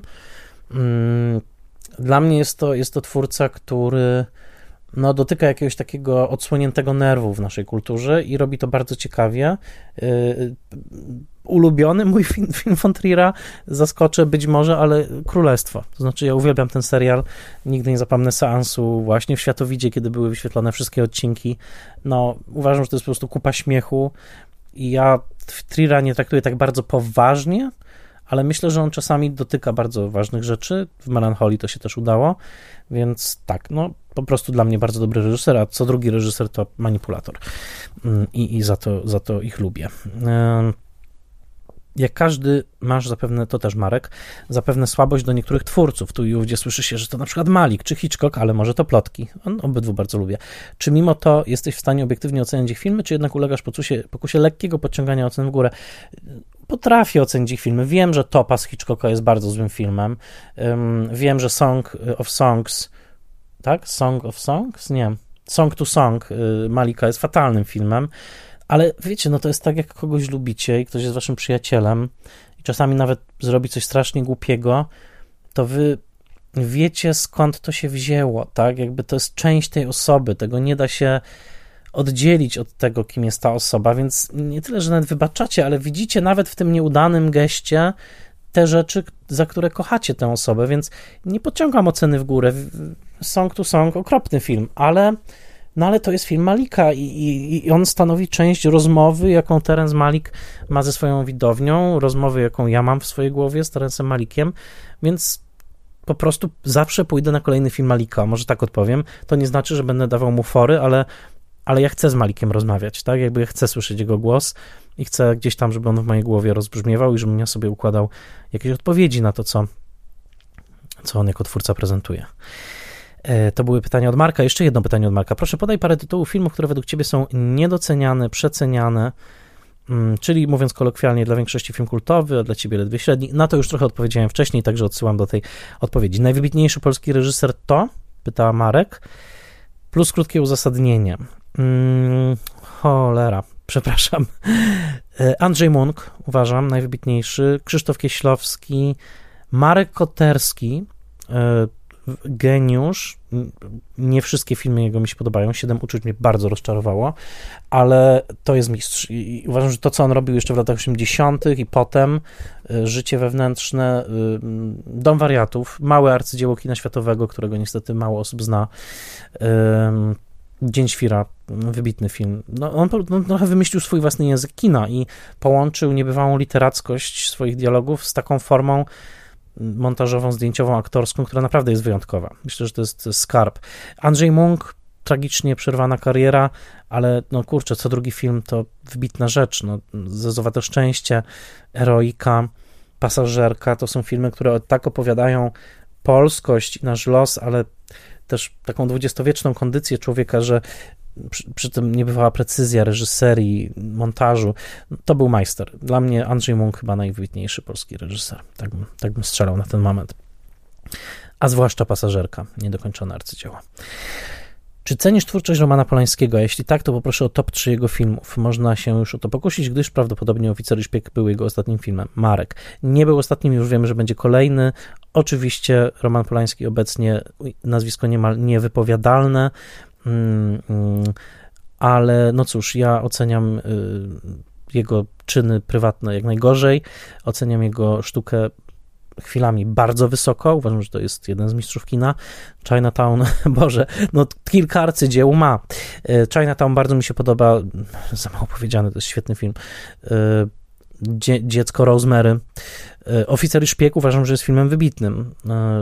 Dla mnie jest to twórca, który no, dotyka jakiegoś takiego odsłoniętego nerwu w naszej kulturze i robi to bardzo ciekawie. Ulubiony mój film von Trier'a, zaskoczę być może, ale Królestwo. To znaczy ja uwielbiam ten serial, nigdy nie zapomnę seansu właśnie w Światowidzie, kiedy były wyświetlone wszystkie odcinki. No, uważam, że to jest po prostu kupa śmiechu i ja Trier'a nie traktuję tak bardzo poważnie, ale myślę, że on czasami dotyka bardzo ważnych rzeczy. W Melancholii to się też udało, więc tak, no po prostu dla mnie bardzo dobry reżyser, a co drugi reżyser to manipulator i za to ich lubię. Jak każdy, masz zapewne, to też Marek, zapewne słabość do niektórych twórców. Tu i ówdzie słyszy się, że to na przykład Malik czy Hitchcock, ale może to plotki. Obydwu bardzo lubię. Czy mimo to jesteś w stanie obiektywnie ocenić ich filmy, czy jednak ulegasz pokusie lekkiego podciągania ocen w górę? Potrafię ocenić ich filmy. Wiem, że Topaz Hitchcocka jest bardzo złym filmem. Wiem, że Song of Songs, tak? Song of Songs? Nie. Song to Song Malika jest fatalnym filmem. Ale wiecie, no to jest tak, jak kogoś lubicie i ktoś jest waszym przyjacielem i czasami nawet zrobi coś strasznie głupiego, to wy wiecie, skąd to się wzięło, tak? Jakby to jest część tej osoby, tego nie da się oddzielić od tego, kim jest ta osoba, więc nie tyle, że nawet wybaczacie, ale widzicie nawet w tym nieudanym geście te rzeczy, za które kochacie tę osobę, więc nie podciągam oceny w górę. Song to Song, okropny film, ale to jest film Malika i on stanowi część rozmowy, jaką Terence Malick ma ze swoją widownią, rozmowy, jaką ja mam w swojej głowie z Terencem Malickiem, więc po prostu zawsze pójdę na kolejny film Malika, może tak odpowiem. To nie znaczy, że będę dawał mu fory, ale ja chcę z Malickiem rozmawiać, tak? Jakby ja chcę słyszeć jego głos i chcę gdzieś tam, żeby on w mojej głowie rozbrzmiewał i żebym ja sobie układał jakieś odpowiedzi na to, co on jako twórca prezentuje. To były pytania od Marka. Jeszcze jedno pytanie od Marka. Proszę, podaj parę tytułów filmów, które według ciebie są niedoceniane, przeceniane, czyli mówiąc kolokwialnie, dla większości film kultowy, a dla ciebie ledwie średni. Na to już trochę odpowiedziałem wcześniej, także odsyłam do tej odpowiedzi. Najwybitniejszy polski reżyser to? Pyta Marek. Plus krótkie uzasadnienie. Cholera, przepraszam. Andrzej Munk, uważam, najwybitniejszy. Krzysztof Kieślowski, Marek Koterski, geniusz. Nie wszystkie filmy jego mi się podobają. 7 uczuć mnie bardzo rozczarowało, ale to jest mistrz. I uważam, że to, co on robił jeszcze w latach 80. i potem, Życie wewnętrzne, Dom wariatów, małe arcydzieło kina światowego, którego niestety mało osób zna. Dzień Świra, wybitny film. On trochę wymyślił swój własny język kina i połączył niebywałą literackość swoich dialogów z taką formą montażową, zdjęciową, aktorską, która naprawdę jest wyjątkowa. Myślę, że to jest skarb. Andrzej Munk, tragicznie przerwana kariera, ale no kurczę, co drugi film to wybitna rzecz. No, Zezowate szczęście, Eroika, Pasażerka, to są filmy, które tak opowiadają polskość i nasz los, ale też taką dwudziestowieczną kondycję człowieka, że przy tym niebywała precyzja reżyserii, montażu. To był majster. Dla mnie Andrzej Munk chyba najwybitniejszy polski reżyser. Tak bym strzelał na ten moment. A zwłaszcza Pasażerka, niedokończone arcydzieło. Czy cenisz twórczość Romana Polańskiego? A jeśli tak, to poproszę o top 3 jego filmów. Można się już o to pokusić, gdyż prawdopodobnie Oficer i Szpieg był jego ostatnim filmem. Marek. Nie był ostatnim, już wiemy, że będzie kolejny. Oczywiście Roman Polański obecnie, nazwisko niemal niewypowiadalne, ale no cóż, ja oceniam jego czyny prywatne jak najgorzej, oceniam jego sztukę chwilami bardzo wysoko, uważam, że to jest jeden z mistrzów kina. Chinatown, Boże, no kilka arcydzieł ma. Chinatown bardzo mi się podoba, za mało powiedziane, to jest świetny film. Dziecko Rosemary. Oficer i Szpieg uważam, że jest filmem wybitnym.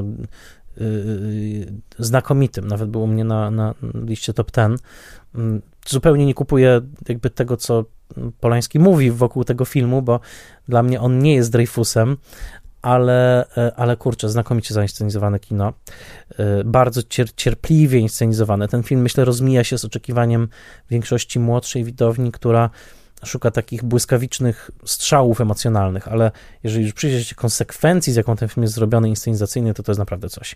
Znakomitym, nawet było u mnie na liście top 10. Zupełnie nie kupuję jakby tego, co Polański mówi wokół tego filmu, bo dla mnie on nie jest Dreyfusem, ale kurczę, znakomicie zainscenizowane kino, bardzo cierpliwie inscenizowane. Ten film, myślę, rozmija się z oczekiwaniem większości młodszej widowni, która szuka takich błyskawicznych strzałów emocjonalnych, ale jeżeli już przyjdzie się konsekwencji, z jaką ten film jest zrobiony inscenizacyjnie, to jest naprawdę coś.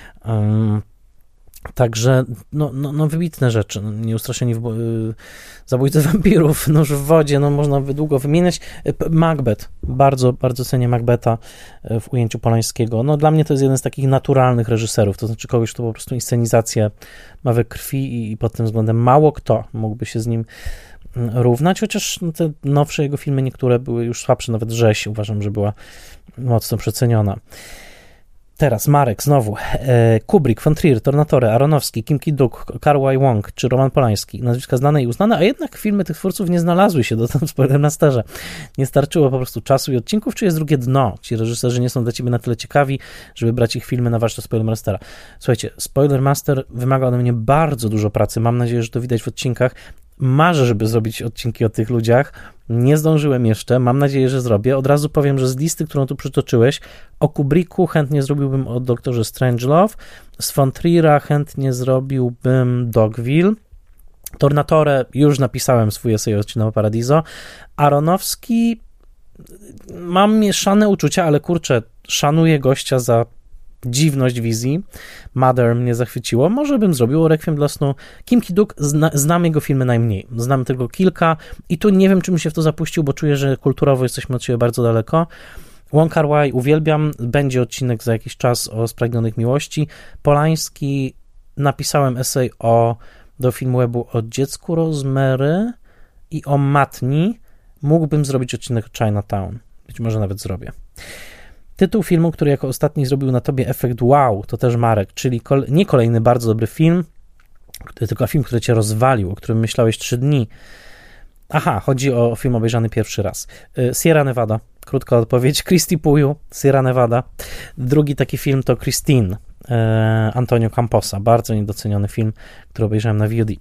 Także, wybitne rzeczy. Nieustraszeni zabójcy wampirów, Nóż w wodzie, można by długo wymieniać. Macbeth, bardzo, bardzo cenię Macbetha w ujęciu Polańskiego. Dla mnie to jest jeden z takich naturalnych reżyserów, to znaczy kogoś, kto po prostu inscenizację ma we krwi i pod tym względem mało kto mógłby się z nim równać, chociaż te nowsze jego filmy, niektóre były już słabsze, nawet Rzeź uważam, że była mocno przeceniona. Teraz Marek znowu, Kubrick, von Trier, Tornatore, Aronofsky, Kim Ki-duk, Kar Wai-wong czy Roman Polański. Nazwiska znane i uznane, a jednak filmy tych twórców nie znalazły się dotąd w Spoilermasterze. Nie starczyło po prostu czasu i odcinków, czy jest drugie dno? Ci reżyserzy nie są dla ciebie na tyle ciekawi, żeby brać ich filmy na warsztat Spoilermastera. Słuchajcie, Spoilermaster wymaga ode mnie bardzo dużo pracy. Mam nadzieję, że to widać w odcinkach. Marzę, żeby zrobić odcinki o tych ludziach. Nie zdążyłem jeszcze, mam nadzieję, że zrobię. Od razu powiem, że z listy, którą tu przytoczyłeś, o Kubricku chętnie zrobiłbym o Doktorze Strangelove, z von Triera chętnie zrobiłbym Dogville, Tornatore już napisałem swój esej o Cinema Paradiso, Aronofsky mam mieszane uczucia, ale kurczę, szanuję gościa za dziwność wizji. Mother mnie zachwyciło. Może bym zrobił Requiem dla snu. Kim Ki-duk, znam jego filmy najmniej. Znam tylko kilka i tu nie wiem, czy mi się w to zapuścił, bo czuję, że kulturowo jesteśmy od siebie bardzo daleko. Wong Kar-wai uwielbiam. Będzie odcinek za jakiś czas o Spragnionych Miłości. Polański napisałem esej do Filmwebu o Dziecku Rosemary i o Matni. Mógłbym zrobić odcinek o Chinatown. Być może nawet zrobię. Tytuł filmu, który jako ostatni zrobił na tobie efekt wow, to też Marek, czyli nie kolejny bardzo dobry film, tylko film, który cię rozwalił, o którym myślałeś 3 dni. Aha, chodzi o film obejrzany pierwszy raz. Sierra Nevada, krótka odpowiedź. Christy Puyu, Sierra Nevada. Drugi taki film to Christine, Antonio Camposa, bardzo niedoceniony film, który obejrzałem na VOD.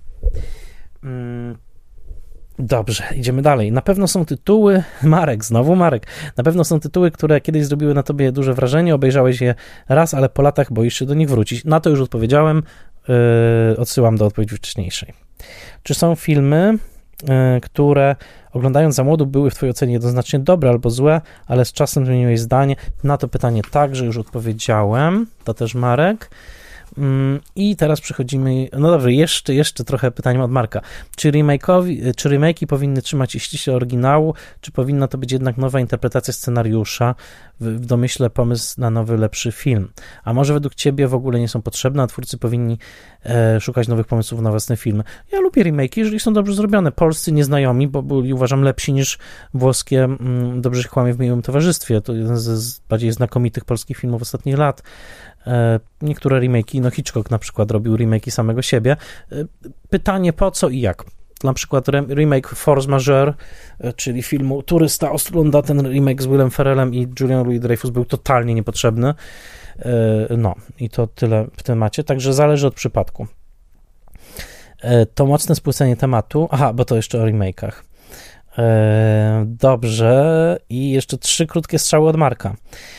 Dobrze, idziemy dalej. Na pewno są tytuły, znowu Marek, na pewno są tytuły, które kiedyś zrobiły na tobie duże wrażenie, obejrzałeś je raz, ale po latach boisz się do nich wrócić. Na to już odpowiedziałem, odsyłam do odpowiedzi wcześniejszej. Czy są filmy, które oglądając za młodu były w twojej ocenie jednoznacznie dobre albo złe, ale z czasem zmieniłeś zdanie? Na to pytanie także już odpowiedziałem, to też Marek. I teraz przechodzimy, no dobrze, jeszcze trochę pytań od Marka. Czy remake'i powinny trzymać się ściśle oryginału, czy powinna to być jednak nowa interpretacja scenariusza, w domyśle pomysł na nowy, lepszy film? A może według ciebie w ogóle nie są potrzebne, a twórcy powinni szukać nowych pomysłów na własne filmy? Ja lubię remake'i, jeżeli są dobrze zrobione. Polscy nieznajomi, bo byli, uważam, lepsi niż włoskie Dobrze się kłamie w miłym towarzystwie. To jeden z bardziej znakomitych polskich filmów ostatnich lat. Niektóre remake'i, Hitchcock na przykład robił remake'i samego siebie. Pytanie po co i jak? Na przykład remake Force Majeure, czyli filmu Turysta Ostlunda, ten remake z Willem Ferrellem i Julian Louis-Dreyfus był totalnie niepotrzebny. I to tyle w temacie, także zależy od przypadku. To mocne spłycenie tematu. Aha, bo to jeszcze o remake'ach. Dobrze. I jeszcze 3 krótkie strzały od Marka.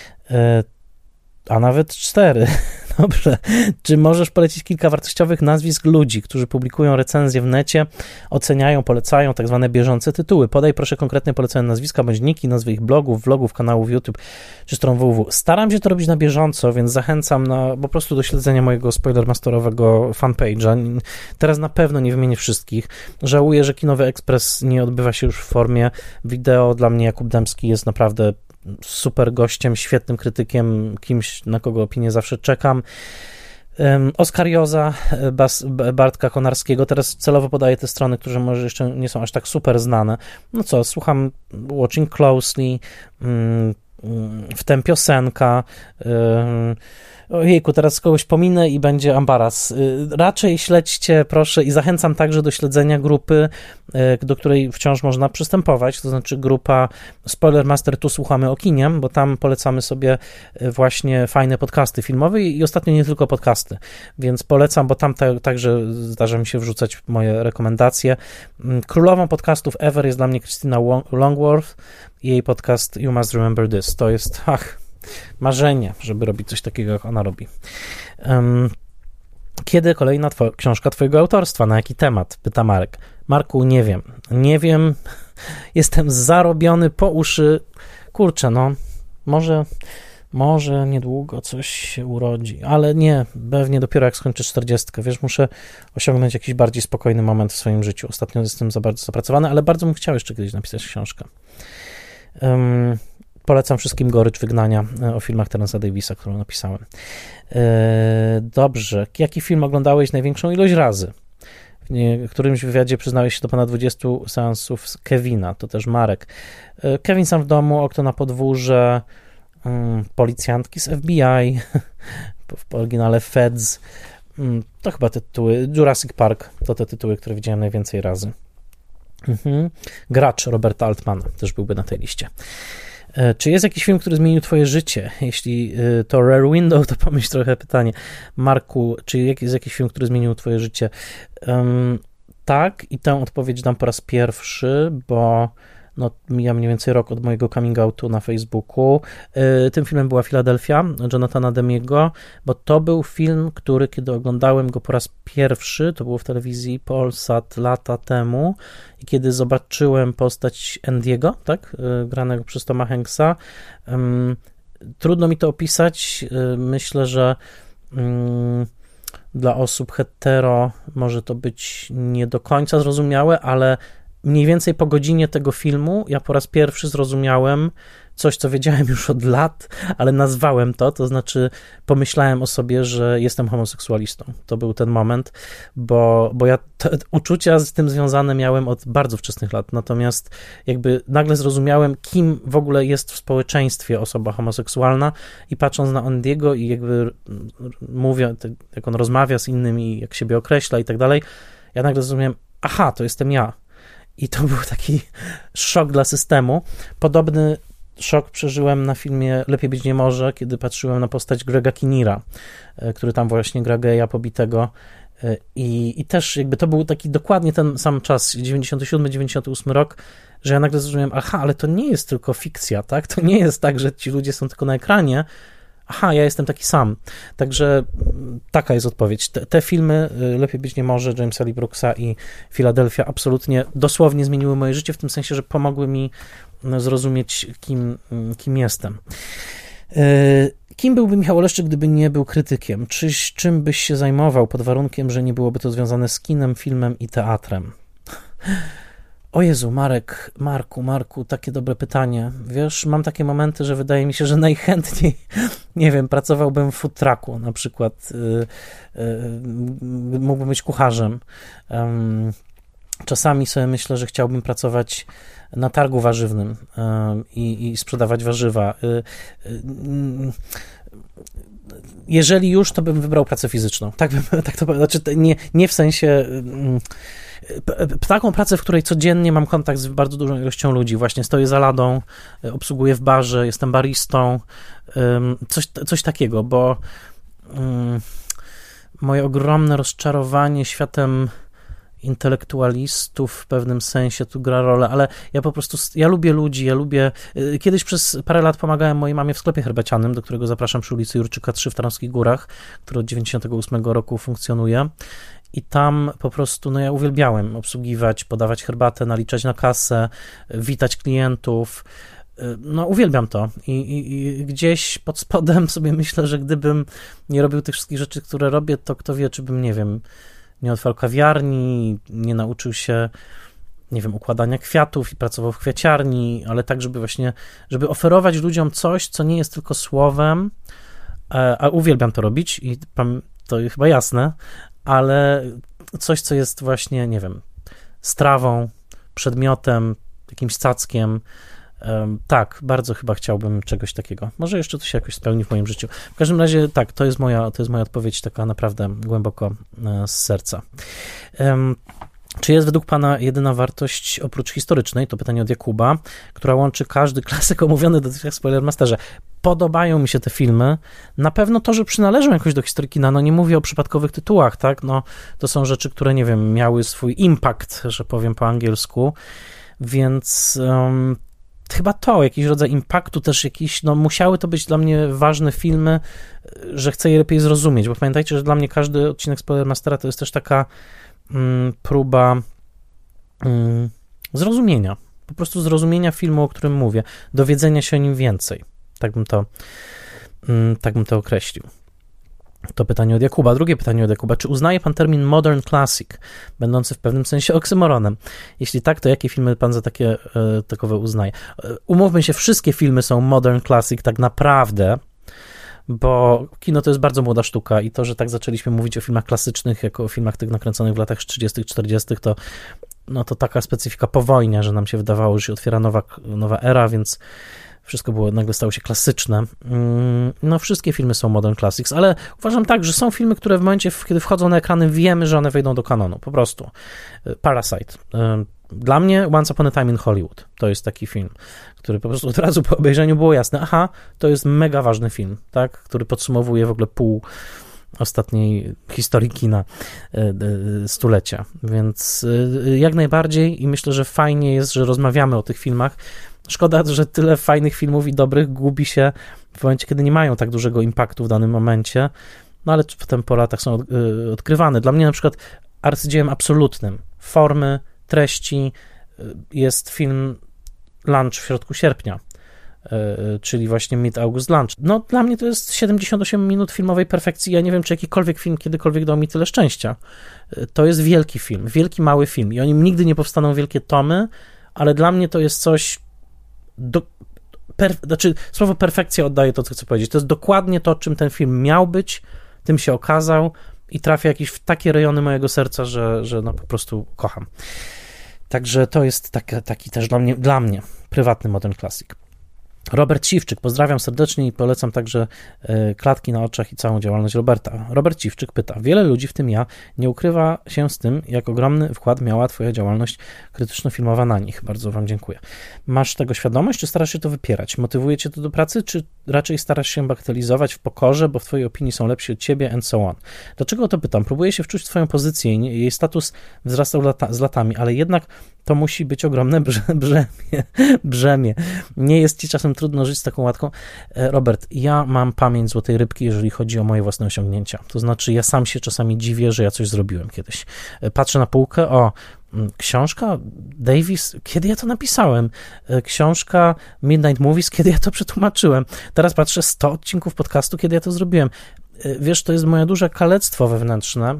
A nawet 4. Dobrze. Czy możesz polecić kilka wartościowych nazwisk ludzi, którzy publikują recenzje w necie, oceniają, polecają tak zwane bieżące tytuły? Podaj proszę konkretnie polecone nazwiska bądź niki, nazwy ich blogów, vlogów, kanałów YouTube czy stron www. Staram się to robić na bieżąco, więc zachęcam po prostu do śledzenia mojego spoilermasterowego fanpage'a. Teraz na pewno nie wymienię wszystkich. Żałuję, że Kinowy Ekspres nie odbywa się już w formie wideo. Dla mnie Jakub Dębski jest naprawdę super gościem, świetnym krytykiem, kimś, na kogo opinię zawsze czekam. Oskar Joza, Bartka Konarskiego, teraz celowo podaję te strony, które może jeszcze nie są aż tak super znane. No co, słucham Watching Closely, wtem piosenka, ojejku, teraz kogoś pominę i będzie ambaras. Raczej śledźcie, proszę, i zachęcam także do śledzenia grupy, do której wciąż można przystępować, to znaczy grupa Spoilermaster Tu Słuchamy o Kinie, bo tam polecamy sobie właśnie fajne podcasty filmowe i ostatnio nie tylko podcasty, więc polecam, bo tam także zdarza mi się wrzucać moje rekomendacje. Królową podcastów ever jest dla mnie Christina Longworth i jej podcast You Must Remember This. To jest, marzenie, żeby robić coś takiego, jak ona robi. Kiedy kolejna książka twojego autorstwa? Na jaki temat? Pyta Marek. Marku, nie wiem, jestem zarobiony po uszy, kurczę, no, może niedługo coś się urodzi, ale nie, pewnie dopiero jak skończę 40, wiesz, muszę osiągnąć jakiś bardziej spokojny moment w swoim życiu. Ostatnio jestem za bardzo zapracowany, ale bardzo bym chciał jeszcze kiedyś napisać książkę. Polecam wszystkim Gorycz Wygnania o filmach Terence'a Davisa, którą napisałem. Dobrze, jaki film oglądałeś największą ilość razy? W którymś wywiadzie przyznałeś się do ponad 20 seansów z Kevina, to też Marek. Kevin sam w domu, Okno na podwórze, Policjantki z FBI, w oryginale Feds, to chyba te tytuły, Jurassic Park, to te tytuły, które widziałem najwięcej razy. Gracz Roberta Altmana też byłby na tej liście. Czy jest jakiś film, który zmienił twoje życie? Jeśli to Rare Window, to pomyśl trochę pytanie. Marku, czy jest jakiś film, który zmienił twoje życie? Tak, i tę odpowiedź dam po raz pierwszy, bo no, mija mniej więcej rok od mojego coming outu na Facebooku. Tym filmem była Filadelfia, Jonathana Demiego, bo to był film, który, kiedy oglądałem go po raz pierwszy, to było w telewizji Polsat lata temu, i kiedy zobaczyłem postać Andiego, tak, granego przez Toma Hanksa, trudno mi to opisać. Myślę, że dla osób hetero może to być nie do końca zrozumiałe, ale mniej więcej po godzinie tego filmu ja po raz pierwszy zrozumiałem coś, co wiedziałem już od lat, ale nazwałem to znaczy pomyślałem o sobie, że jestem homoseksualistą. To był ten moment, bo ja uczucia z tym związane miałem od bardzo wczesnych lat, natomiast jakby nagle zrozumiałem, kim w ogóle jest w społeczeństwie osoba homoseksualna, i patrząc na Andiego i jakby mówię, jak on rozmawia z innymi, jak siebie określa i tak dalej, ja nagle zrozumiałem, aha, to jestem ja. I to był taki szok dla systemu. Podobny szok przeżyłem na filmie Lepiej być nie może, kiedy patrzyłem na postać Grega Kinneara, który tam właśnie gra geja pobitego. I też jakby to był taki dokładnie ten sam czas, 97-98 rok, że ja nagle zrozumiałem, aha, ale to nie jest tylko fikcja, tak? To nie jest tak, że ci ludzie są tylko na ekranie. Aha, ja jestem taki sam. Także taka jest odpowiedź. Te filmy, Lepiej być nie może, Jamesa Lee Brooksa i Filadelfia, absolutnie dosłownie zmieniły moje życie, w tym sensie, że pomogły mi zrozumieć, kim jestem. Kim byłby Michał Oleszczyk, gdyby nie był krytykiem? Czym byś się zajmował pod warunkiem, że nie byłoby to związane z kinem, filmem i teatrem? O Jezu, Marku, takie dobre pytanie. Wiesz, mam takie momenty, że wydaje mi się, że najchętniej, nie wiem, pracowałbym w food trucku na przykład, mógłbym być kucharzem. Czasami sobie myślę, że chciałbym pracować na targu warzywnym i sprzedawać warzywa. Jeżeli już, to bym wybrał pracę fizyczną. Znaczy nie w sensie... Taką pracę, w której codziennie mam kontakt z bardzo dużą ilością ludzi. Właśnie stoję za ladą, obsługuję w barze, jestem baristą, coś takiego, bo moje ogromne rozczarowanie światem intelektualistów w pewnym sensie tu gra rolę, ale ja lubię ludzi, kiedyś przez parę lat pomagałem mojej mamie w sklepie herbacianym, do którego zapraszam przy ulicy Jurczyka 3 w Tarnowskich Górach, który od 98 roku funkcjonuje. I tam po prostu, ja uwielbiałem obsługiwać, podawać herbatę, naliczać na kasę, witać klientów. Uwielbiam to. I gdzieś pod spodem sobie myślę, że gdybym nie robił tych wszystkich rzeczy, które robię, to kto wie, czy bym, nie wiem, nie otwarł kawiarni, nie nauczył się, nie wiem, układania kwiatów i pracował w kwiaciarni, ale tak, żeby oferować ludziom coś, co nie jest tylko słowem, a uwielbiam to robić i to chyba jasne, ale coś, co jest właśnie, nie wiem, strawą, przedmiotem, jakimś cackiem. Tak, bardzo chyba chciałbym czegoś takiego. Może jeszcze to się jakoś spełni w moim życiu. W każdym razie tak, to jest moja odpowiedź taka naprawdę głęboko z serca. Czy jest według Pana jedyna wartość oprócz historycznej, to pytanie od Jakuba, która łączy każdy klasyk omówiony dotychczas w Spoilermasterze? Podobają mi się te filmy. Na pewno to, że przynależą jakoś do historii kina, nie mówię o przypadkowych tytułach, tak? To są rzeczy, które, nie wiem, miały swój impact, że powiem po angielsku, więc chyba to, jakiś rodzaj impaktu, też jakiś, no musiały to być dla mnie ważne filmy, że chcę je lepiej zrozumieć, bo pamiętajcie, że dla mnie każdy odcinek Spoilermastera to jest też taka próba zrozumienia, po prostu zrozumienia filmu, o którym mówię, dowiedzenia się o nim więcej, tak bym to określił. To pytanie od Jakuba. Drugie pytanie od Jakuba. Czy uznaje pan termin modern classic, będący w pewnym sensie oksymoronem? Jeśli tak, to jakie filmy pan za takowe uznaje? Umówmy się, wszystkie filmy są modern classic tak naprawdę, bo kino to jest bardzo młoda sztuka i to, że tak zaczęliśmy mówić o filmach klasycznych, jako o filmach tych nakręconych w latach 30., 40., to taka specyfika po wojnie, że nam się wydawało, że się otwiera nowa era, więc wszystko nagle stało się klasyczne. No, wszystkie filmy są modern classics, ale uważam tak, że są filmy, które w momencie, kiedy wchodzą na ekrany, wiemy, że one wejdą do kanonu, po prostu. Parasite. Dla mnie Once Upon a Time in Hollywood to jest taki film, który po prostu od razu po obejrzeniu było jasne, aha, to jest mega ważny film, tak, który podsumowuje w ogóle pół ostatniej historii kina stulecia, więc jak najbardziej i myślę, że fajnie jest, że rozmawiamy o tych filmach. Szkoda, że tyle fajnych filmów i dobrych gubi się w momencie, kiedy nie mają tak dużego impaktu w danym momencie, no ale potem po latach są odkrywane. Dla mnie na przykład arcydziełem absolutnym formy, treści jest film Lunch w środku sierpnia, czyli właśnie Mid-August Lunch. No dla mnie to jest 78 minut filmowej perfekcji. Ja nie wiem, czy jakikolwiek film kiedykolwiek dał mi tyle szczęścia. To jest wielki film, wielki mały film i o nim nigdy nie powstaną wielkie tomy, ale dla mnie to jest coś słowo perfekcja oddaje to, co chcę powiedzieć. To jest dokładnie to, czym ten film miał być, tym się okazał i trafia jakieś w takie rejony mojego serca, że no po prostu kocham. Także to jest taki też dla mnie prywatny modern classic. Robert Ciwczyk, pozdrawiam serdecznie i polecam także Klatki na oczach i całą działalność Roberta. Robert Ciwczyk pyta, wiele ludzi, w tym ja, nie ukrywa się z tym, jak ogromny wkład miała twoja działalność krytyczno-filmowa na nich. Bardzo wam dziękuję. Masz tego świadomość, czy starasz się to wypierać? Motywuje cię to do pracy, czy raczej starasz się bagatelizować w pokorze, bo w twojej opinii są lepsi od ciebie and so on? Dlaczego o to pytam? Próbuję się wczuć w twoją pozycję i jej status wzrastał z latami, ale jednak to musi być ogromne brzemię. Nie jest ci czasem trudno żyć z taką łatką? Robert, ja mam pamięć złotej rybki, jeżeli chodzi o moje własne osiągnięcia. To znaczy, ja sam się czasami dziwię, że ja coś zrobiłem kiedyś. Patrzę na półkę, książka Davis, kiedy ja to napisałem? Książka Midnight Movies, kiedy ja to przetłumaczyłem? Teraz patrzę 100 odcinków podcastu, kiedy ja to zrobiłem. Wiesz, to jest moje duże kalectwo wewnętrzne,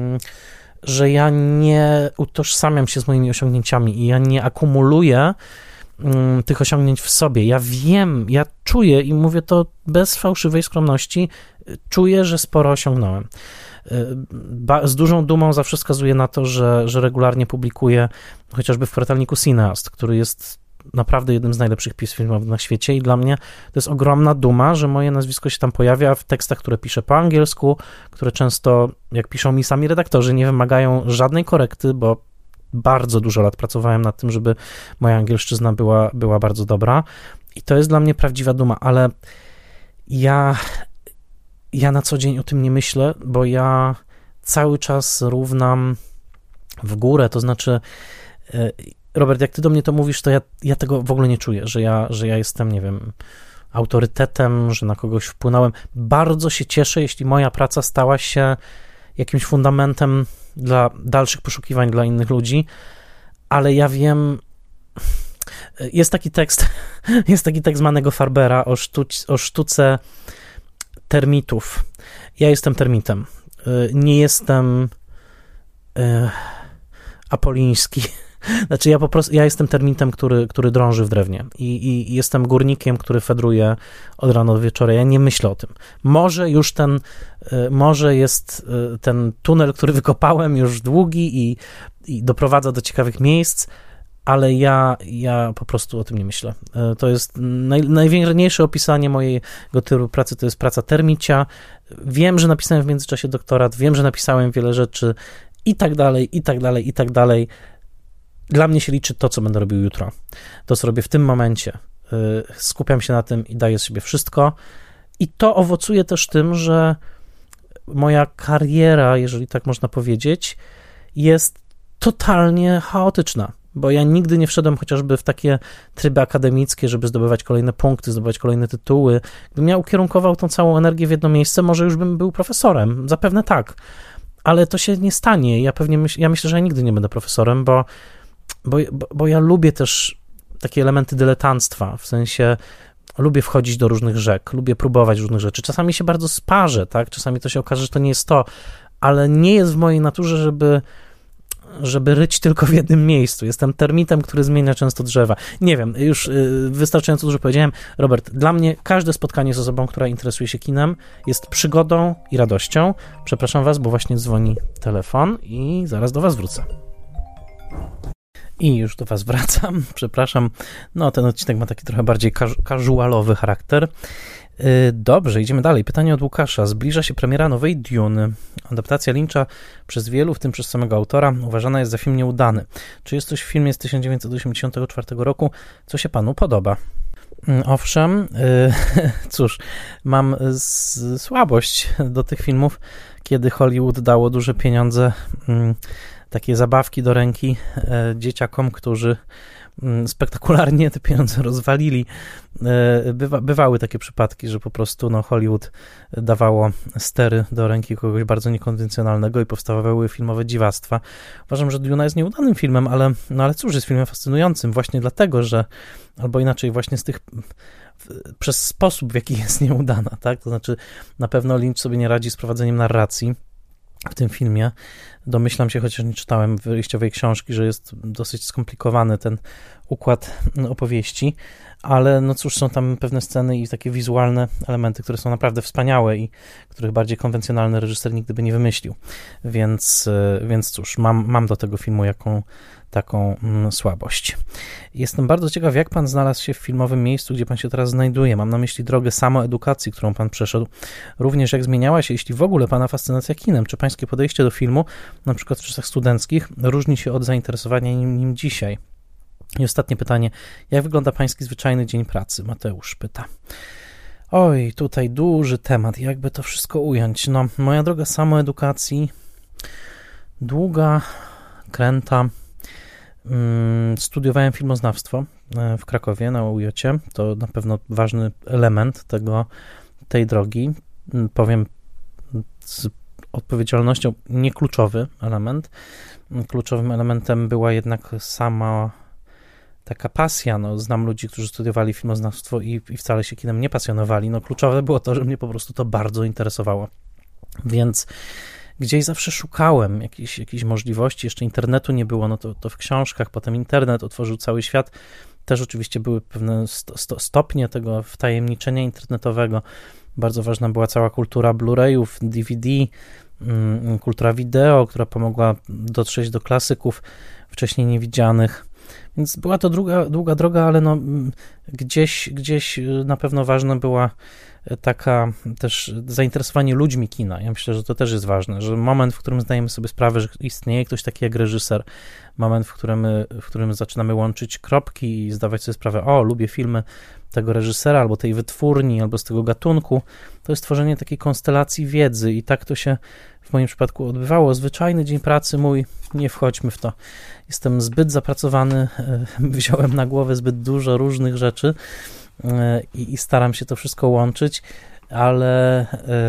że ja nie utożsamiam się z moimi osiągnięciami i ja nie akumuluję tych osiągnięć w sobie. Ja wiem, ja czuję i mówię to bez fałszywej skromności, czuję, że sporo osiągnąłem. Z dużą dumą zawsze wskazuję na to, że regularnie publikuję chociażby w kwartalniku Cineast, który jest naprawdę jednym z najlepszych pism filmowych na świecie i dla mnie to jest ogromna duma, że moje nazwisko się tam pojawia w tekstach, które piszę po angielsku, które często, jak piszą mi sami redaktorzy, nie wymagają żadnej korekty, bo bardzo dużo lat pracowałem nad tym, żeby moja angielszczyzna była bardzo dobra i to jest dla mnie prawdziwa duma, ale ja na co dzień o tym nie myślę, bo ja cały czas równam w górę, to znaczy Robert, jak ty do mnie to mówisz, to ja tego w ogóle nie czuję, że ja jestem, nie wiem, autorytetem, że na kogoś wpłynąłem. Bardzo się cieszę, jeśli moja praca stała się jakimś fundamentem dla dalszych poszukiwań dla innych ludzi, ale ja wiem, jest taki tekst Mannego Farbera o sztuce termitów. Ja jestem termitem. Nie jestem apoliński. Znaczy ja jestem termitem, który drąży w drewnie i jestem górnikiem, który fedruje od rana do wieczora. Ja nie myślę o tym. Może jest ten tunel, który wykopałem już długi i doprowadza do ciekawych miejsc, ale ja po prostu o tym nie myślę. To jest najwierniejsze opisanie mojego typu pracy, to jest praca termicia. Wiem, że napisałem w międzyczasie doktorat, wiem, że napisałem wiele rzeczy i tak dalej, i tak dalej, i tak dalej. Dla mnie się liczy to, co będę robił jutro. To, co robię w tym momencie. Skupiam się na tym i daję z siebie wszystko. I to owocuje też tym, że moja kariera, jeżeli tak można powiedzieć, jest totalnie chaotyczna. bo ja nigdy nie wszedłem chociażby w takie tryby akademickie, żeby zdobywać kolejne punkty, zdobywać kolejne tytuły. Gdybym ja ukierunkował tą całą energię w jedno miejsce, może już bym był profesorem, zapewne tak, ale to się nie stanie. Ja myślę, że ja nigdy nie będę profesorem, bo ja lubię też takie elementy dyletanctwa, w sensie lubię wchodzić do różnych rzek, lubię próbować różnych rzeczy. Czasami się bardzo sparzę, tak? Czasami to się okaże, że to nie jest to, ale nie jest w mojej naturze, żeby ryć tylko w jednym miejscu. Jestem termitem, który zmienia często drzewa. Nie wiem, już wystarczająco dużo powiedziałem. Robert, dla mnie każde spotkanie z osobą, która interesuje się kinem, jest przygodą i radością. Przepraszam was, bo właśnie dzwoni telefon i zaraz do was wrócę. I już do was wracam, przepraszam. No, ten odcinek ma taki trochę bardziej casualowy charakter. Dobrze, idziemy dalej. Pytanie od Łukasza. Zbliża się premiera nowej Duny. Adaptacja Lyncha przez wielu, w tym przez samego autora, uważana jest za film nieudany. Czy jest coś w filmie z 1984 roku, co się panu podoba? Owszem, cóż, mam słabość do tych filmów, kiedy Hollywood dało duże pieniądze, takie zabawki do ręki dzieciakom, którzy spektakularnie te pieniądze rozwalili. Bywały takie przypadki, że po prostu Hollywood dawało stery do ręki kogoś bardzo niekonwencjonalnego i powstawały filmowe dziwactwa. Uważam, że Duna jest nieudanym filmem, ale cóż, jest filmem fascynującym właśnie dlatego, że albo inaczej właśnie przez sposób, w jaki jest nieudana, tak? To znaczy na pewno Lynch sobie nie radzi z prowadzeniem narracji w tym filmie. Domyślam się, chociaż nie czytałem wyjściowej książki, że jest dosyć skomplikowany ten układ opowieści, ale no cóż, są tam pewne sceny i takie wizualne elementy, które są naprawdę wspaniałe i których bardziej konwencjonalny reżyser nigdy by nie wymyślił. Więc cóż, mam do tego filmu taką słabość. Jestem bardzo ciekaw, jak pan znalazł się w filmowym miejscu, gdzie pan się teraz znajduje. Mam na myśli drogę samoedukacji, którą pan przeszedł. Również jak zmieniała się, jeśli w ogóle, pana fascynacja kinem. Czy pańskie podejście do filmu, na przykład w czasach studenckich, różni się od zainteresowania nim dzisiaj? I ostatnie pytanie. Jak wygląda pański zwyczajny dzień pracy? Mateusz pyta. Oj, tutaj duży temat. Jakby to wszystko ująć? No, moja droga samoedukacji długa, kręta. Studiowałem filmoznawstwo w Krakowie na UJ-cie. To na pewno ważny element tej drogi. Powiem z odpowiedzialnością, nie kluczowy element. Kluczowym elementem była jednak sama taka pasja. Znam ludzi, którzy studiowali filmoznawstwo i wcale się kinem nie pasjonowali. Kluczowe było to, że mnie po prostu to bardzo interesowało. Więc gdzieś zawsze szukałem jakichś możliwości, jeszcze internetu nie było, to w książkach, potem internet otworzył cały świat. Też oczywiście były pewne stopnie tego wtajemniczenia internetowego. Bardzo ważna była cała kultura Blu-rayów, DVD, kultura wideo, która pomogła dotrzeć do klasyków wcześniej niewidzianych. Więc była to długa droga, ale gdzieś na pewno ważna była taka też zainteresowanie ludźmi kina. Ja myślę, że to też jest ważne, że moment, w którym zdajemy sobie sprawę, że istnieje ktoś taki jak reżyser, moment, w którym zaczynamy łączyć kropki i zdawać sobie sprawę, lubię filmy tego reżysera, albo tej wytwórni, albo z tego gatunku, to jest tworzenie takiej konstelacji wiedzy i tak to się w moim przypadku odbywało. Zwyczajny dzień pracy mój, nie wchodźmy w to. Jestem zbyt zapracowany, wziąłem na głowę zbyt dużo różnych rzeczy i staram się to wszystko łączyć, ale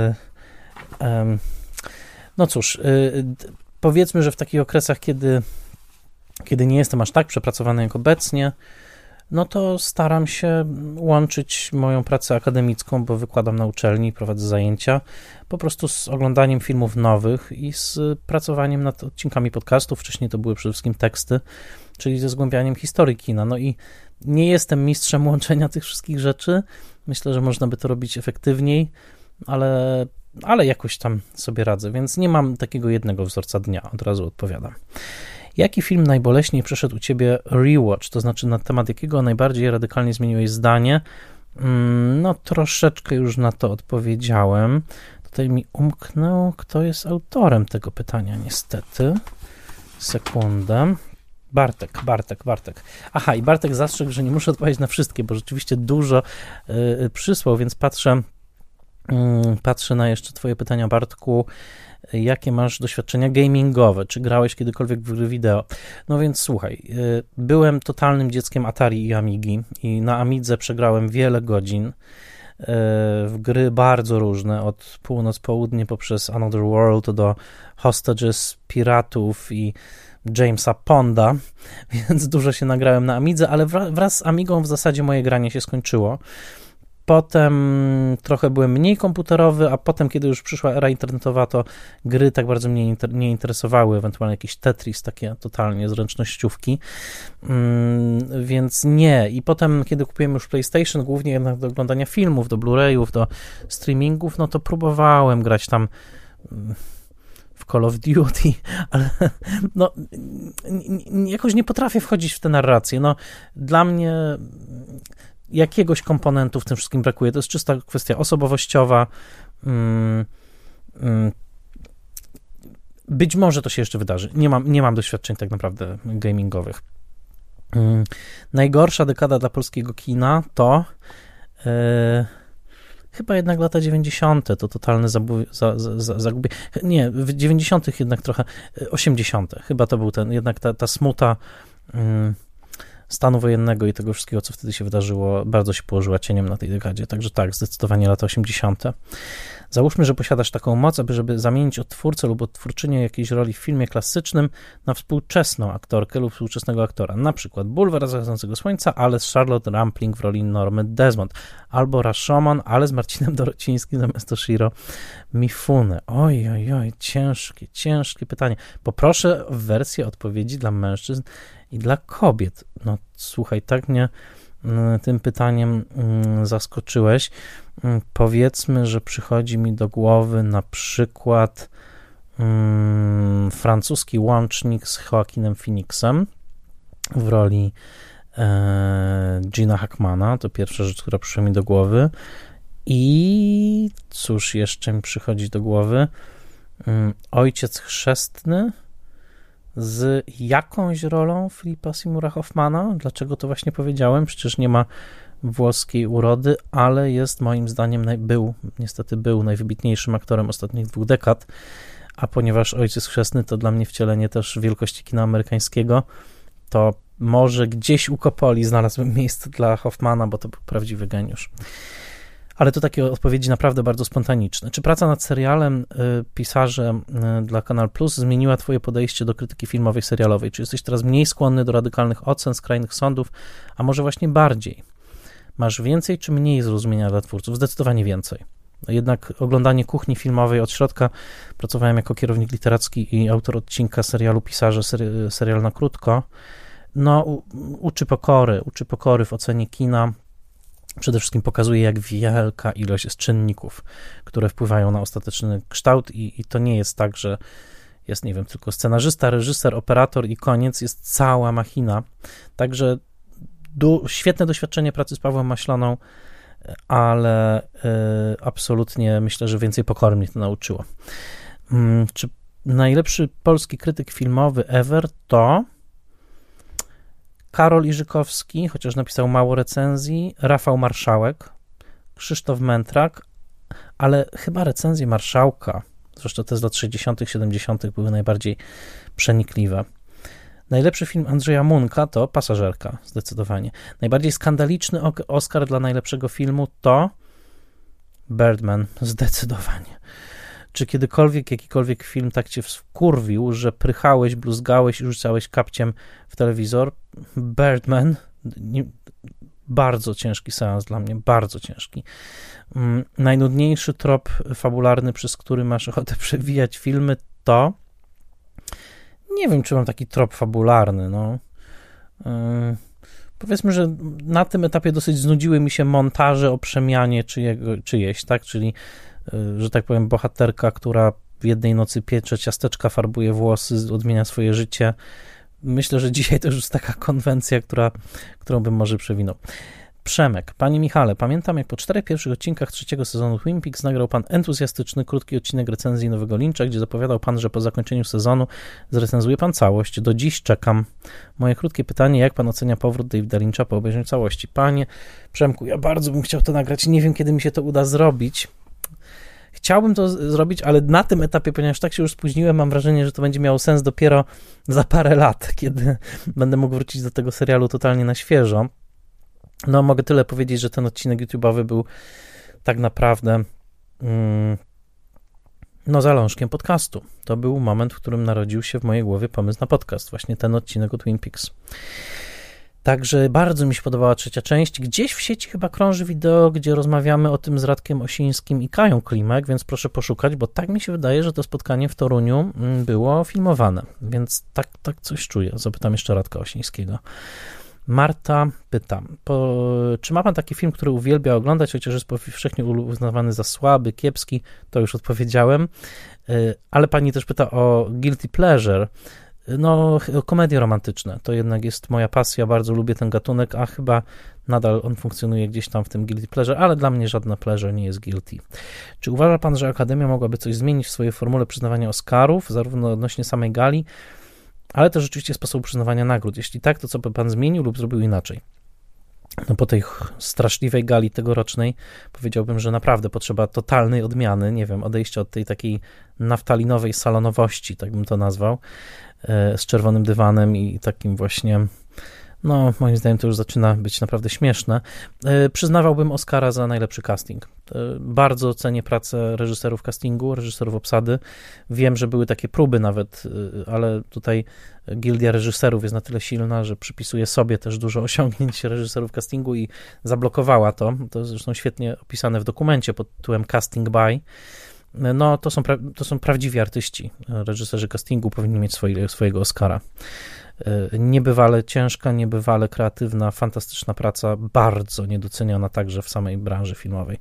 no cóż, powiedzmy, że w takich okresach, kiedy nie jestem aż tak przepracowany jak obecnie, no to staram się łączyć moją pracę akademicką, bo wykładam na uczelni, prowadzę zajęcia, po prostu z oglądaniem filmów nowych i z pracowaniem nad odcinkami podcastów. Wcześniej to były przede wszystkim teksty, czyli ze zgłębianiem historii kina. No i nie jestem mistrzem łączenia tych wszystkich rzeczy. Myślę, że można by to robić efektywniej, ale jakoś tam sobie radzę, więc nie mam takiego jednego wzorca dnia, od razu odpowiadam. Jaki film najboleśniej przeszedł u ciebie rewatch, to znaczy na temat jakiego najbardziej radykalnie zmieniłeś zdanie? No troszeczkę już na to odpowiedziałem. Tutaj mi umknęło, kto jest autorem tego pytania, niestety. Sekundę. Bartek. Aha, i Bartek zastrzegł, że nie muszę odpowiedzieć na wszystkie, bo rzeczywiście dużo przysłał, więc patrzę, Patrzę na jeszcze twoje pytania, Bartku. Jakie masz doświadczenia gamingowe? Czy grałeś kiedykolwiek w gry wideo? No więc słuchaj, byłem totalnym dzieckiem Atari i Amigi i na Amidze przegrałem wiele godzin w gry bardzo różne, od północ-południe poprzez Another World do Hostages, Piratów i Jamesa Ponda, więc dużo się nagrałem na Amidze, ale wraz z Amigą w zasadzie moje granie się skończyło. Potem trochę byłem mniej komputerowy, a potem, kiedy już przyszła era internetowa, to gry tak bardzo mnie nie interesowały, ewentualnie jakiś Tetris, takie totalnie zręcznościówki, więc nie. I potem, kiedy kupiłem już PlayStation, głównie jednak do oglądania filmów, do Blu-rayów, do streamingów, no to próbowałem grać tam w Call of Duty, ale no, jakoś nie potrafię wchodzić w tę narrację. No, dla mnie jakiegoś komponentu w tym wszystkim brakuje. To jest czysta kwestia osobowościowa. Być może to się jeszcze wydarzy. Nie mam doświadczeń tak naprawdę gamingowych. Najgorsza dekada dla polskiego kina to chyba jednak lata 90. To totalne zagubienie. Nie, w 90. jednak trochę 80. Chyba to był jednak ta smuta stanu wojennego i tego wszystkiego, co wtedy się wydarzyło, bardzo się położyła cieniem na tej dekadzie. Także tak, zdecydowanie lata 80. Załóżmy, że posiadasz taką moc, żeby zamienić odtwórcę lub odtwórczynię jakiejś roli w filmie klasycznym na współczesną aktorkę lub współczesnego aktora. Na przykład Bulwar Zachodzącego Słońca, ale z Charlotte Rampling w roli Normy Desmond. Albo Rashomon, ale z Marcinem Dorocińskim zamiast Toshiro Mifune. Oj, ciężkie pytanie. Poproszę o wersję odpowiedzi dla mężczyzn i dla kobiet. No słuchaj, tak mnie tym pytaniem zaskoczyłeś. Powiedzmy, że przychodzi mi do głowy na przykład francuski łącznik z Joaquinem Phoenixem w roli Gina Hackmana. To pierwsza rzecz, która przyszła mi do głowy. I cóż jeszcze mi przychodzi do głowy? Ojciec chrzestny z jakąś rolą Philippa Seymoura Hoffmana. Dlaczego to właśnie powiedziałem? Przecież nie ma włoskiej urody, ale jest moim zdaniem niestety był najwybitniejszym aktorem ostatnich 2 dekad, a ponieważ Ojciec chrzestny to dla mnie wcielenie też wielkości kina amerykańskiego, to może gdzieś u Coppoli znalazłem miejsce dla Hoffmana, bo to był prawdziwy geniusz. Ale to takie odpowiedzi naprawdę bardzo spontaniczne. Czy praca nad serialem Pisarze dla Kanal Plus zmieniła twoje podejście do krytyki filmowej, serialowej? Czy jesteś teraz mniej skłonny do radykalnych ocen, skrajnych sądów, a może właśnie bardziej? Masz więcej czy mniej zrozumienia dla twórców? Zdecydowanie więcej. Jednak oglądanie kuchni filmowej od środka, pracowałem jako kierownik literacki i autor odcinka serialu Pisarze, serial na krótko, no uczy pokory w ocenie kina. Przede wszystkim pokazuje, jak wielka ilość jest czynników, które wpływają na ostateczny kształt i to nie jest tak, że jest, nie wiem, tylko scenarzysta, reżyser, operator i koniec, jest cała machina. Także świetne doświadczenie pracy z Pawłem Maślaną, ale absolutnie myślę, że więcej pokory mnie to nauczyło. Czy najlepszy polski krytyk filmowy ever to Karol Iżykowski, chociaż napisał mało recenzji, Rafał Marszałek, Krzysztof Mętrak, ale chyba recenzje Marszałka, zresztą te z lat 60., 70. były najbardziej przenikliwe. Najlepszy film Andrzeja Munka to Pasażerka, zdecydowanie. Najbardziej skandaliczny Oscar dla najlepszego filmu to Birdman, zdecydowanie. Czy kiedykolwiek jakikolwiek film tak cię wkurwił, że prychałeś, bluzgałeś i rzucałeś kapciem w telewizor? Birdman, bardzo ciężki seans dla mnie, bardzo ciężki. Najnudniejszy trop fabularny, przez który masz ochotę przewijać filmy, to nie wiem, czy mam taki trop fabularny, no. Powiedzmy, że na tym etapie dosyć znudziły mi się montaże o przemianie czyjeś, tak, czyli że tak powiem, bohaterka, która w jednej nocy piecze ciasteczka, farbuje włosy, odmienia swoje życie. Myślę, że dzisiaj to już jest taka konwencja, którą bym może przewinął. Przemek. Panie Michale, pamiętam, jak po 4 pierwszych odcinkach 3. sezonu Twin Peaks nagrał pan entuzjastyczny, krótki odcinek recenzji Nowego Lyncha, gdzie zapowiadał pan, że po zakończeniu sezonu zrecenzuje pan całość. Do dziś czekam. Moje krótkie pytanie, jak pan ocenia powrót Davida Lyncha po obejrzeniu całości? Panie Przemku, ja bardzo bym chciał to nagrać. Nie wiem, kiedy mi się to uda zrobić. chciałbym to zrobić, ale na tym etapie, ponieważ tak się już spóźniłem, mam wrażenie, że to będzie miało sens dopiero za parę lat, kiedy będę mógł wrócić do tego serialu totalnie na świeżo. No, mogę tyle powiedzieć, że ten odcinek YouTube'owy był tak naprawdę zalążkiem podcastu. To był moment, w którym narodził się w mojej głowie pomysł na podcast, właśnie ten odcinek o Twin Peaks. Także bardzo mi się podobała trzecia część. Gdzieś w sieci chyba krąży wideo, gdzie rozmawiamy o tym z Radkiem Osińskim i Kają Klimek, więc proszę poszukać, bo tak mi się wydaje, że to spotkanie w Toruniu było filmowane, więc tak coś czuję. Zapytam jeszcze Radka Osińskiego. Marta pyta, czy ma pan taki film, który uwielbia oglądać, chociaż jest powszechnie uznawany za słaby, kiepski? To już odpowiedziałem, ale pani też pyta o guilty pleasure. No, komedie romantyczne, to jednak jest moja pasja, bardzo lubię ten gatunek, a chyba nadal on funkcjonuje gdzieś tam w tym guilty pleasure, ale dla mnie żadna pleasure nie jest guilty. Czy uważa pan, że Akademia mogłaby coś zmienić w swojej formule przyznawania Oscarów, zarówno odnośnie samej gali, ale też rzeczywiście sposobu przyznawania nagród? Jeśli tak, to co by pan zmienił lub zrobił inaczej? No, po tej straszliwej gali tegorocznej powiedziałbym, że naprawdę potrzeba totalnej odmiany, nie wiem, odejścia od tej takiej naftalinowej salonowości, tak bym to nazwał, z czerwonym dywanem i takim właśnie, no moim zdaniem to już zaczyna być naprawdę śmieszne. Przyznawałbym Oscara za najlepszy casting. Bardzo cenię pracę reżyserów castingu, reżyserów obsady. Wiem, że były takie próby nawet, ale tutaj gildia reżyserów jest na tyle silna, że przypisuje sobie też dużo osiągnięć reżyserów castingu i zablokowała to. To jest zresztą świetnie opisane w dokumencie pod tytułem Casting By. No, to są prawdziwi artyści. Reżyserzy castingu powinni mieć swojego Oscara. Niebywale ciężka, niebywale kreatywna, fantastyczna praca, bardzo niedoceniona także w samej branży filmowej.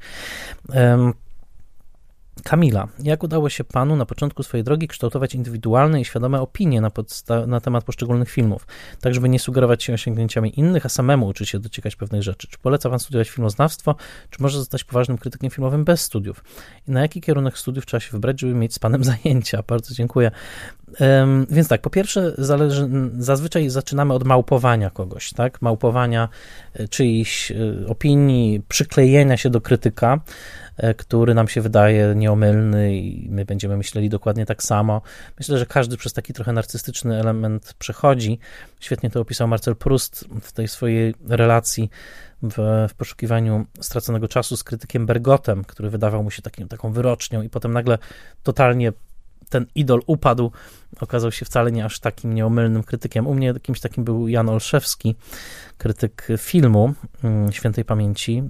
Kamila, jak udało się panu na początku swojej drogi kształtować indywidualne i świadome opinie na temat poszczególnych filmów, tak żeby nie sugerować się osiągnięciami innych, a samemu uczyć się dociekać pewnych rzeczy? Czy poleca pan studiować filmoznawstwo, czy może zostać poważnym krytykiem filmowym bez studiów? I na jaki kierunek studiów trzeba się wybrać, żeby mieć z panem zajęcia? Bardzo dziękuję. Więc tak, po pierwsze zazwyczaj zaczynamy od małpowania kogoś, tak? Małpowania czyichś opinii, przyklejenia się do krytyka, który nam się wydaje nieomylny i my będziemy myśleli dokładnie tak samo. Myślę, że każdy przez taki trochę narcystyczny element przechodzi. Świetnie to opisał Marcel Proust w tej swojej relacji w poszukiwaniu straconego czasu z krytykiem Bergotem, który wydawał mu się taką wyrocznią i potem nagle totalnie ten idol upadł, okazał się wcale nie aż takim nieomylnym krytykiem. U mnie kimś takim był Jan Olszewski, krytyk filmu świętej pamięci.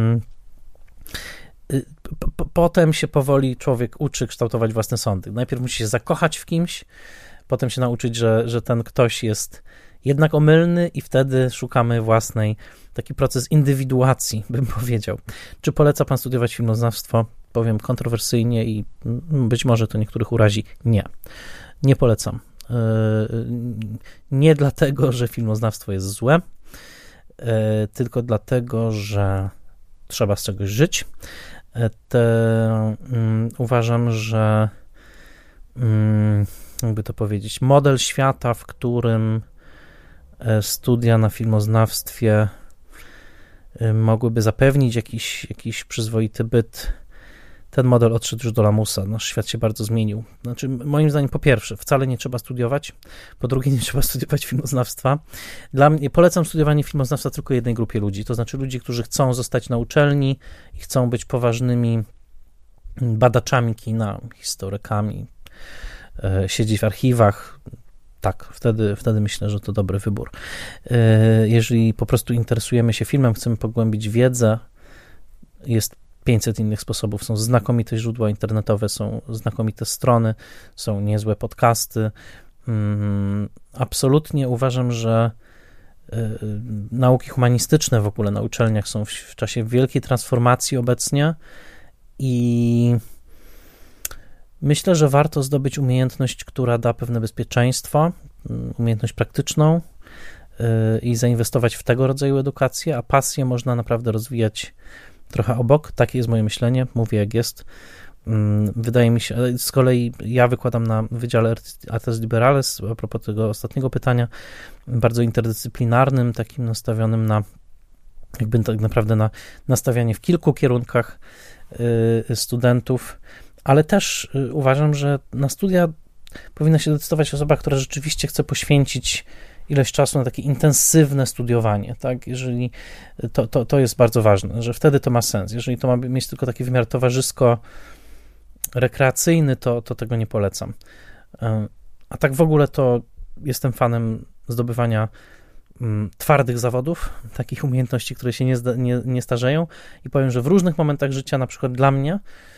Potem się powoli człowiek uczy kształtować własne sądy. Najpierw musi się zakochać w kimś, potem się nauczyć, że ten ktoś jest jednak omylny i wtedy szukamy własnej, taki proces indywiduacji, bym powiedział. Czy poleca pan studiować filmoznawstwo? Powiem kontrowersyjnie i być może to niektórych urazi. Nie polecam. Nie dlatego, że filmoznawstwo jest złe, tylko dlatego, że trzeba z czegoś żyć. Uważam, że jakby to powiedzieć, model świata, w którym studia na filmoznawstwie mogłyby zapewnić jakiś przyzwoity byt, ten model odszedł już do lamusa. Nasz świat się bardzo zmienił. Znaczy, moim zdaniem, po pierwsze, wcale nie trzeba studiować, po drugie, nie trzeba studiować filmoznawstwa. Dla mnie polecam studiowanie filmoznawstwa tylko jednej grupie ludzi, to znaczy ludzi, którzy chcą zostać na uczelni i chcą być poważnymi badaczami kina, historykami, siedzieć w archiwach. Tak, wtedy myślę, że to dobry wybór. Jeżeli po prostu interesujemy się filmem, chcemy pogłębić wiedzę, jest 500 innych sposobów. Są znakomite źródła internetowe, są znakomite strony, są niezłe podcasty. Absolutnie uważam, że nauki humanistyczne w ogóle na uczelniach są w czasie wielkiej transformacji obecnie i myślę, że warto zdobyć umiejętność, która da pewne bezpieczeństwo, umiejętność praktyczną i zainwestować w tego rodzaju edukację, a pasję można naprawdę rozwijać trochę obok. Takie jest moje myślenie, mówię jak jest. Wydaje mi się, z kolei ja wykładam na Wydziale Artes Liberales, a propos tego ostatniego pytania, bardzo interdyscyplinarnym, takim nastawionym na jakby tak naprawdę na nastawianie w kilku kierunkach studentów, ale też uważam, że na studia powinna się decydować osoba, która rzeczywiście chce poświęcić ileś czasu na takie intensywne studiowanie, tak? Jeżeli to jest bardzo ważne, że wtedy to ma sens. Jeżeli to ma mieć tylko taki wymiar towarzysko-rekreacyjny, to tego nie polecam. A tak w ogóle to jestem fanem zdobywania twardych zawodów, takich umiejętności, które się nie starzeją i powiem, że w różnych momentach życia, na przykład dla mnie,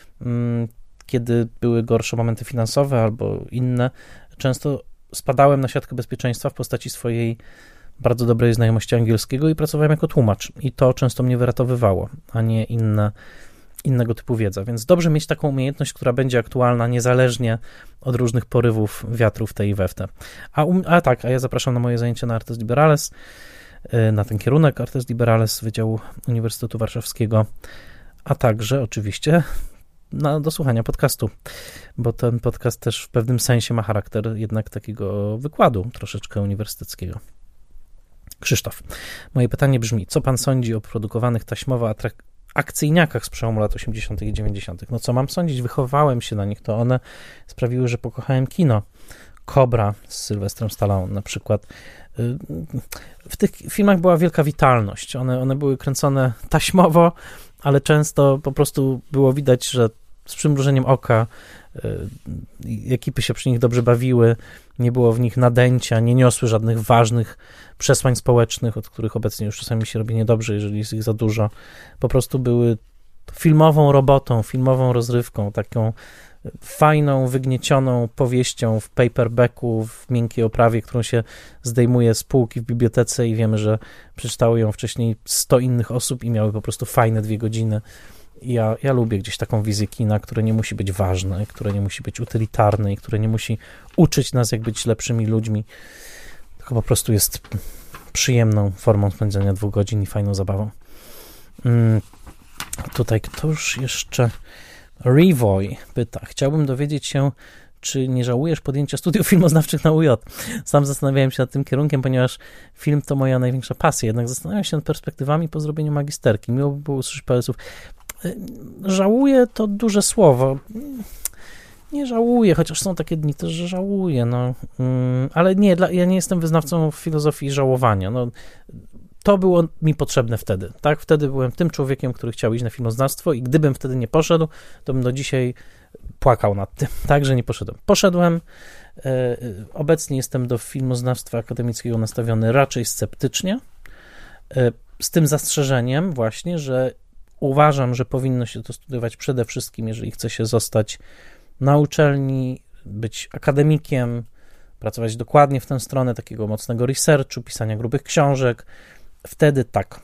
kiedy były gorsze momenty finansowe albo inne, często spadałem na siatkę bezpieczeństwa w postaci swojej bardzo dobrej znajomości angielskiego i pracowałem jako tłumacz i to często mnie wyratowywało, a nie innego typu wiedza, więc dobrze mieć taką umiejętność, która będzie aktualna niezależnie od różnych porywów wiatrów tej i we w te. A ja zapraszam na moje zajęcia na Artes Liberales, na ten kierunek Artes Liberales Wydziału Uniwersytetu Warszawskiego, a także oczywiście do słuchania podcastu, bo ten podcast też w pewnym sensie ma charakter jednak takiego wykładu troszeczkę uniwersyteckiego. Krzysztof, moje pytanie brzmi, co pan sądzi o produkowanych taśmowo akcyjniakach z przełomu lat 80. i 90. No co mam sądzić? Wychowałem się na nich, to one sprawiły, że pokochałem kino. Cobra z Sylwestrem Stallone na przykład. W tych filmach była wielka witalność. One były kręcone taśmowo, ale często po prostu było widać, że z przymrużeniem oka ekipy się przy nich dobrze bawiły, nie było w nich nadęcia, nie niosły żadnych ważnych przesłań społecznych, od których obecnie już czasami się robi niedobrze, jeżeli jest ich za dużo. Po prostu były filmową robotą, filmową rozrywką, taką fajną, wygniecioną powieścią w paperbacku, w miękkiej oprawie, którą się zdejmuje z półki w bibliotece i wiemy, że przeczytało ją wcześniej 100 innych osób i miały po prostu fajne 2 godziny. Ja lubię gdzieś taką wizję kina, które nie musi być ważne, które nie musi być utylitarne i które nie musi uczyć nas, jak być lepszymi ludźmi, tylko po prostu jest przyjemną formą spędzenia 2 godzin i fajną zabawą. Tutaj ktoś jeszcze... Revoy pyta, chciałbym dowiedzieć się, czy nie żałujesz podjęcia studiów filmoznawczych na UJ? Sam zastanawiałem się nad tym kierunkiem, ponieważ film to moja największa pasja, jednak zastanawiam się nad perspektywami po zrobieniu magisterki. Miło by było usłyszeć parę słów. Żałuję to duże słowo. Nie żałuję, chociaż są takie dni też, że żałuję, ale nie, ja nie jestem wyznawcą filozofii żałowania, To było mi potrzebne wtedy, tak? Wtedy byłem tym człowiekiem, który chciał iść na filmoznawstwo i gdybym wtedy nie poszedł, to bym do dzisiaj płakał nad tym, tak, że nie poszedłem. Poszedłem, obecnie jestem do filmoznawstwa akademickiego nastawiony raczej sceptycznie, z tym zastrzeżeniem właśnie, że uważam, że powinno się to studiować przede wszystkim, jeżeli chce się zostać na uczelni, być akademikiem, pracować dokładnie w tę stronę takiego mocnego researchu, pisania grubych książek, wtedy tak.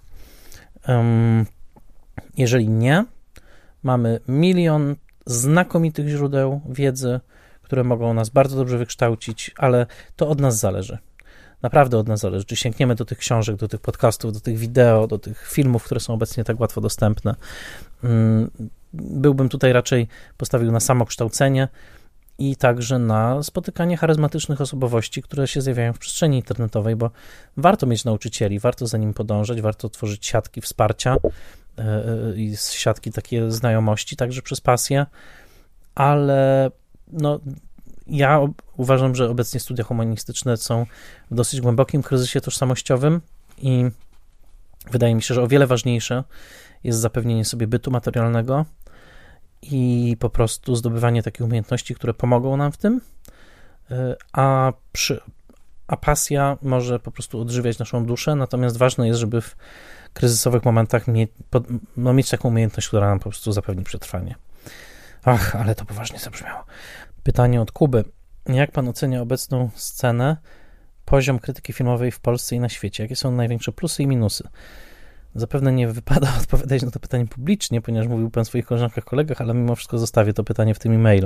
Jeżeli nie, mamy milion znakomitych źródeł wiedzy, które mogą nas bardzo dobrze wykształcić, ale to od nas zależy. Naprawdę od nas zależy, czy sięgniemy do tych książek, do tych podcastów, do tych wideo, do tych filmów, które są obecnie tak łatwo dostępne. Byłbym tutaj raczej postawił na samokształcenie i także na spotykanie charyzmatycznych osobowości, które się zjawiają w przestrzeni internetowej, bo warto mieć nauczycieli, warto za nim podążać, warto tworzyć siatki wsparcia i siatki takie znajomości, także przez pasję, ale ja uważam, że obecnie studia humanistyczne są w dosyć głębokim kryzysie tożsamościowym i wydaje mi się, że o wiele ważniejsze jest zapewnienie sobie bytu materialnego i po prostu zdobywanie takich umiejętności, które pomogą nam w tym, a pasja może po prostu odżywiać naszą duszę, natomiast ważne jest, żeby w kryzysowych momentach mieć taką umiejętność, która nam po prostu zapewni przetrwanie. Ach, ale to poważnie zabrzmiało. Pytanie od Kuby. Jak pan ocenia obecną scenę, poziom krytyki filmowej w Polsce i na świecie? Jakie są największe plusy i minusy? Zapewne nie wypada odpowiadać na to pytanie publicznie, ponieważ mówił pan o swoich koleżankach, kolegach, ale mimo wszystko zostawię to pytanie w tym e-mailu.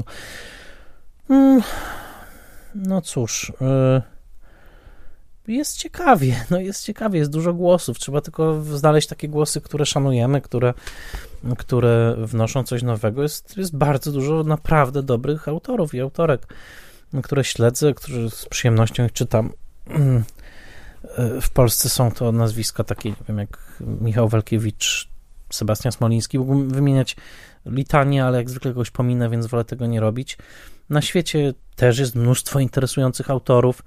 No cóż, jest ciekawie, jest dużo głosów, trzeba tylko znaleźć takie głosy, które szanujemy, które wnoszą coś nowego. Jest bardzo dużo naprawdę dobrych autorów i autorek, które śledzę, które z przyjemnością ich czytam. W Polsce są to nazwiska takie, nie wiem, jak Michał Walkiewicz, Sebastian Smoliński. Mógłbym wymieniać litanię, ale jak zwykle kogoś pominę, więc wolę tego nie robić. Na świecie też jest mnóstwo interesujących autorów.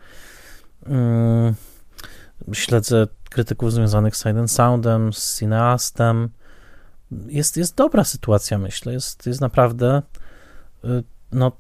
Śledzę krytyków związanych z Sight and Soundem, z cineastem. Jest dobra sytuacja, myślę. Jest naprawdę... No,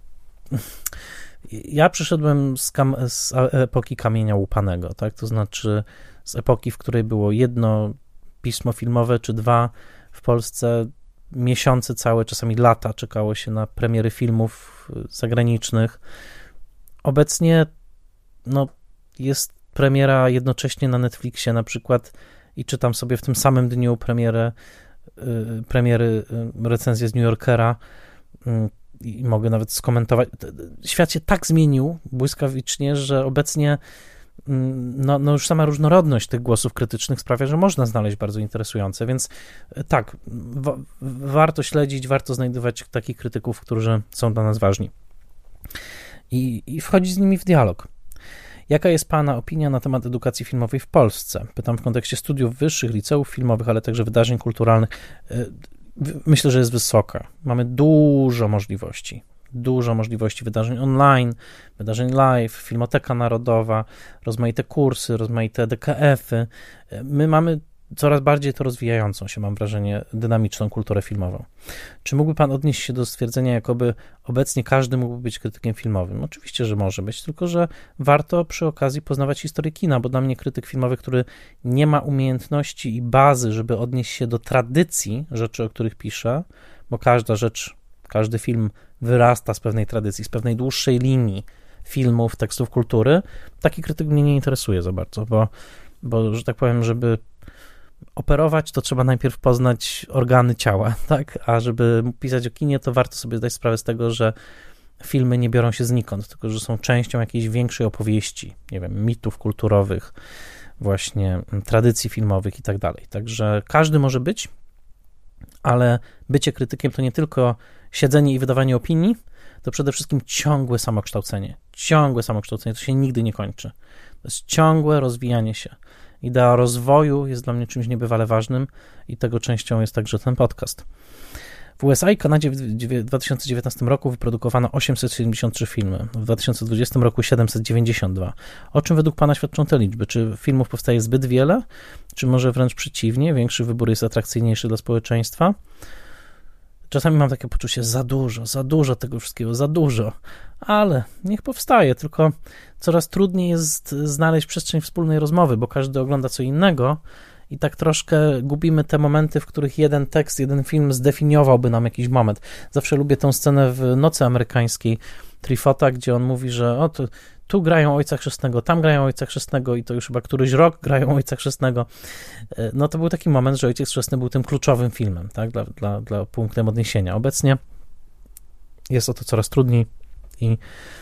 ja przyszedłem z epoki kamienia łupanego, tak? To znaczy z epoki, w której było jedno pismo filmowe czy dwa w Polsce, miesiące całe, czasami lata czekało się na premiery filmów zagranicznych. Obecnie no, jest premiera jednocześnie na Netflixie na przykład i czytam sobie w tym samym dniu premiery recenzję z New Yorkera i mogę nawet skomentować. Świat się tak zmienił błyskawicznie, że obecnie no już sama różnorodność tych głosów krytycznych sprawia, że można znaleźć bardzo interesujące, więc tak, warto śledzić, warto znajdować takich krytyków, którzy są dla nas ważni i wchodzić z nimi w dialog. Jaka jest Pana opinia na temat edukacji filmowej w Polsce? Pytam w kontekście studiów wyższych, liceów filmowych, ale także wydarzeń kulturalnych. Myślę, że jest wysoka. Mamy dużo możliwości wydarzeń online, wydarzeń live, Filmoteka Narodowa, rozmaite kursy, rozmaite DKF-y. My mamy coraz bardziej to rozwijającą się, mam wrażenie, dynamiczną kulturę filmową. Czy mógłby Pan odnieść się do stwierdzenia, jakoby obecnie każdy mógłby być krytykiem filmowym? Oczywiście, że może być, tylko że warto przy okazji poznawać historię kina, bo dla mnie krytyk filmowy, który nie ma umiejętności i bazy, żeby odnieść się do tradycji rzeczy, o których pisze, bo każda rzecz, każdy film wyrasta z pewnej tradycji, z pewnej dłuższej linii filmów, tekstów kultury, taki krytyk mnie nie interesuje za bardzo, bo że tak powiem, żeby operować, to trzeba najpierw poznać organy ciała, tak? A żeby pisać o kinie, to warto sobie zdać sprawę z tego, że filmy nie biorą się znikąd, tylko że są częścią jakiejś większej opowieści, nie wiem, mitów kulturowych, właśnie tradycji filmowych i tak dalej. Także każdy może być, ale bycie krytykiem to nie tylko siedzenie i wydawanie opinii, to przede wszystkim ciągłe samokształcenie. To się nigdy nie kończy. To jest ciągłe rozwijanie się. Idea rozwoju jest dla mnie czymś niebywale ważnym i tego częścią jest także ten podcast. W USA i Kanadzie w 2019 roku wyprodukowano 873 filmy, w 2020 roku 792. O czym według Pana świadczą te liczby? Czy filmów powstaje zbyt wiele? Czy może wręcz przeciwnie, większy wybór jest atrakcyjniejszy dla społeczeństwa? Czasami mam takie poczucie, za dużo tego wszystkiego, za dużo, ale niech powstaje, tylko coraz trudniej jest znaleźć przestrzeń wspólnej rozmowy, bo każdy ogląda co innego i tak troszkę gubimy te momenty, w których jeden tekst, jeden film zdefiniowałby nam jakiś moment. Zawsze lubię tę scenę w Nocy Amerykańskiej Triffota, gdzie on mówi, że tu grają Ojca Chrzestnego, tam grają Ojca Chrzestnego i to już chyba któryś rok grają Ojca Chrzestnego. No to był taki moment, że Ojciec Chrzestny był tym kluczowym filmem, tak, dla punktem odniesienia. Obecnie jest o to coraz trudniej i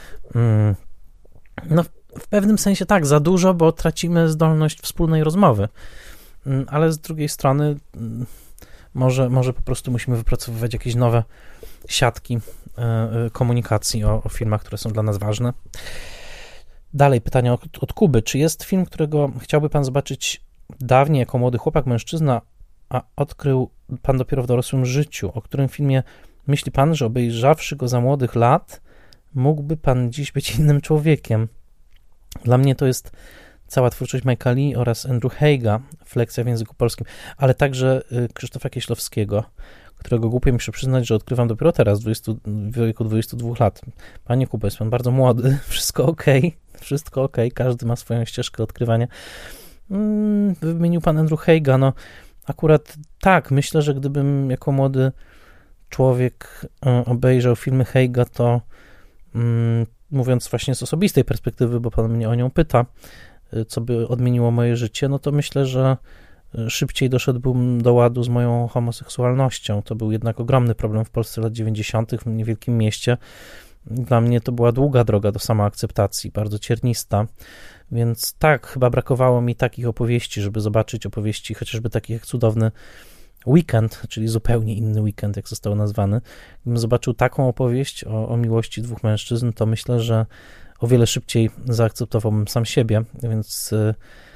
no w pewnym sensie tak, za dużo, bo tracimy zdolność wspólnej rozmowy, ale z drugiej strony może po prostu musimy wypracowywać jakieś nowe siatki komunikacji o filmach, które są dla nas ważne. Dalej pytanie od Kuby. Czy jest film, którego chciałby Pan zobaczyć dawniej jako młody chłopak, mężczyzna, a odkrył Pan dopiero w dorosłym życiu? O którym filmie myśli Pan, że obejrzawszy go za młodych lat, mógłby Pan dziś być innym człowiekiem? Dla mnie to jest cała twórczość Mike'a Lee oraz Andrew Haiga, Flekcja w języku polskim, ale także Krzysztofa Kieślowskiego, którego głupio mi się przyznać, że odkrywam dopiero teraz, w wieku 22 lat. Panie Kuba, jest Pan bardzo młody, wszystko okej, każdy ma swoją ścieżkę odkrywania. Wymienił Pan Andrew Haiga, no akurat tak, myślę, że gdybym jako młody człowiek obejrzał filmy Haiga, to mówiąc właśnie z osobistej perspektywy, bo Pan mnie o nią pyta, co by odmieniło moje życie, no to myślę, że szybciej doszedłbym do ładu z moją homoseksualnością. To był jednak ogromny problem w Polsce lat 90. w niewielkim mieście. Dla mnie to była długa droga do samoakceptacji, bardzo ciernista, więc tak, chyba brakowało mi takich opowieści, żeby zobaczyć opowieści chociażby takich jak Cudowny Weekend, czyli zupełnie inny weekend, jak został nazwany. Gdybym zobaczył taką opowieść o miłości dwóch mężczyzn, to myślę, że o wiele szybciej zaakceptowałbym sam siebie, więc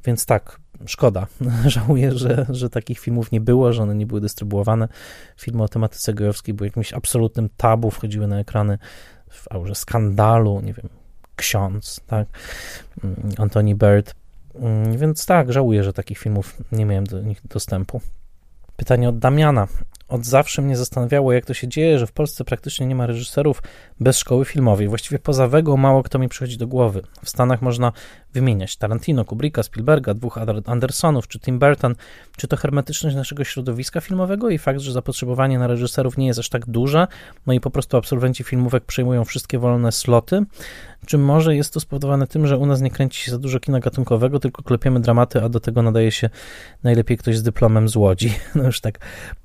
Więc tak, szkoda. Żałuję, że takich filmów nie było, że one nie były dystrybuowane. Filmy o tematyce gejowskiej były jakimś absolutnym tabu, wchodziły na ekrany w aurze skandalu, nie wiem, Ksiądz, tak, Anthony Bird. Więc tak, żałuję, że takich filmów nie miałem do nich dostępu. Pytanie od Damiana. Od zawsze mnie zastanawiało, jak to się dzieje, że w Polsce praktycznie nie ma reżyserów bez szkoły filmowej. Właściwie poza Wegą mało kto mi przychodzi do głowy. W Stanach można wymieniać Tarantino, Kubricka, Spielberga, dwóch Andersonów, czy Tim Burton. Czy to hermetyczność naszego środowiska filmowego i fakt, że zapotrzebowanie na reżyserów nie jest aż tak duże, no i po prostu absolwenci filmówek przejmują wszystkie wolne sloty? Czy może jest to spowodowane tym, że u nas nie kręci się za dużo kina gatunkowego, tylko klepiemy dramaty, a do tego nadaje się najlepiej ktoś z dyplomem z Łodzi? No już tak...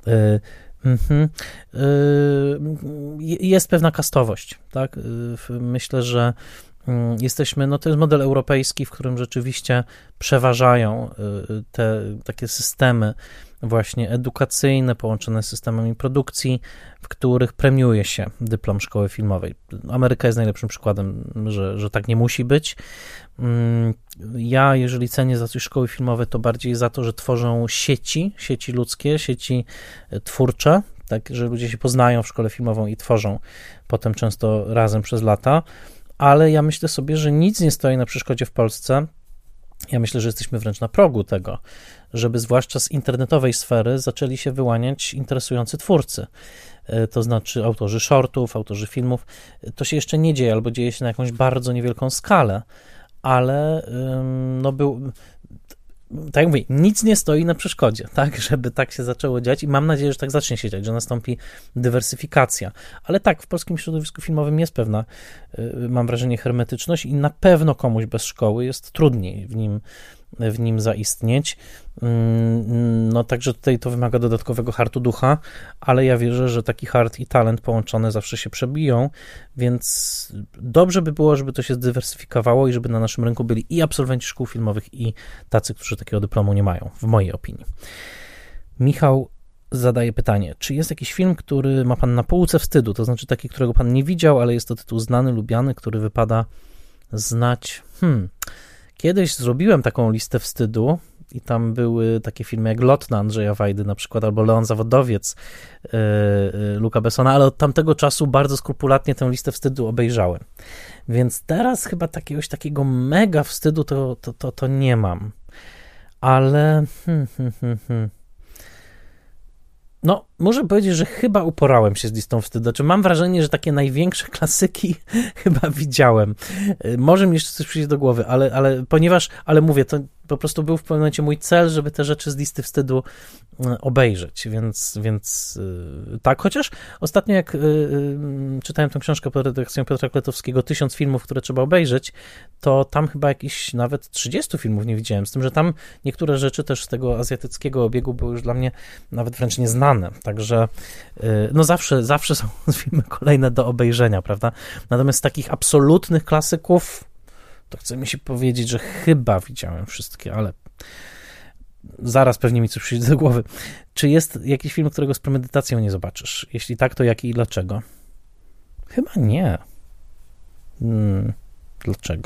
Jest pewna kastowość, tak? Myślę, że jesteśmy, no to jest model europejski, w którym rzeczywiście przeważają te takie systemy właśnie edukacyjne, połączone z systemami produkcji, w których premiuje się dyplom szkoły filmowej. Ameryka jest najlepszym przykładem, że tak nie musi być. Ja, jeżeli cenię za coś szkoły filmowe, to bardziej za to, że tworzą sieci ludzkie, sieci twórcze, tak, że ludzie się poznają w szkole filmową i tworzą potem często razem przez lata, ale ja myślę sobie, że nic nie stoi na przeszkodzie w Polsce. Ja myślę, że jesteśmy wręcz na progu tego, żeby zwłaszcza z internetowej sfery zaczęli się wyłaniać interesujący twórcy. To znaczy autorzy shortów, autorzy filmów. To się jeszcze nie dzieje, albo dzieje się na jakąś bardzo niewielką skalę, ale no tak jak mówię, nic nie stoi na przeszkodzie, tak, żeby tak się zaczęło dziać i mam nadzieję, że tak zacznie się dziać, że nastąpi dywersyfikacja. Ale tak, w polskim środowisku filmowym jest pewna, mam wrażenie, hermetyczność i na pewno komuś bez szkoły jest trudniej w nim zaistnieć. No także tutaj to wymaga dodatkowego hartu ducha, ale ja wierzę, że taki hart i talent połączone zawsze się przebiją, więc dobrze by było, żeby to się zdywersyfikowało i żeby na naszym rynku byli i absolwenci szkół filmowych, i tacy, którzy takiego dyplomu nie mają, w mojej opinii. Michał zadaje pytanie, czy jest jakiś film, który ma pan na półce wstydu, to znaczy taki, którego pan nie widział, ale jest to tytuł znany, lubiany, który wypada znać? Kiedyś zrobiłem taką listę wstydu i tam były takie filmy jak Lotna Andrzeja Wajdy na przykład, albo Leon Zawodowiec Luca Bessona, ale od tamtego czasu bardzo skrupulatnie tę listę wstydu obejrzałem. Więc teraz chyba jakiegoś takiego mega wstydu to nie mam. Ale no, muszę powiedzieć, że chyba uporałem się z listą wstydu. Znaczy, mam wrażenie, że takie największe klasyki chyba widziałem. Może mi jeszcze coś przyjdzie do głowy, ale mówię, to po prostu był w pewnym momencie mój cel, żeby te rzeczy z listy wstydu obejrzeć, więc tak, chociaż ostatnio jak czytałem tę książkę pod redakcją Piotra Kletowskiego 1000 filmów, które trzeba obejrzeć, to tam chyba jakiś nawet 30 filmów nie widziałem, z tym, że tam niektóre rzeczy też z tego azjatyckiego obiegu były już dla mnie nawet wręcz nieznane, także no zawsze są filmy kolejne do obejrzenia, prawda? Natomiast z takich absolutnych klasyków to chce mi się powiedzieć, że chyba widziałem wszystkie, ale zaraz pewnie mi coś przyjdzie do głowy. Czy jest jakiś film, którego z premedytacją nie zobaczysz? Jeśli tak, to jaki i dlaczego? Chyba nie. Dlaczego?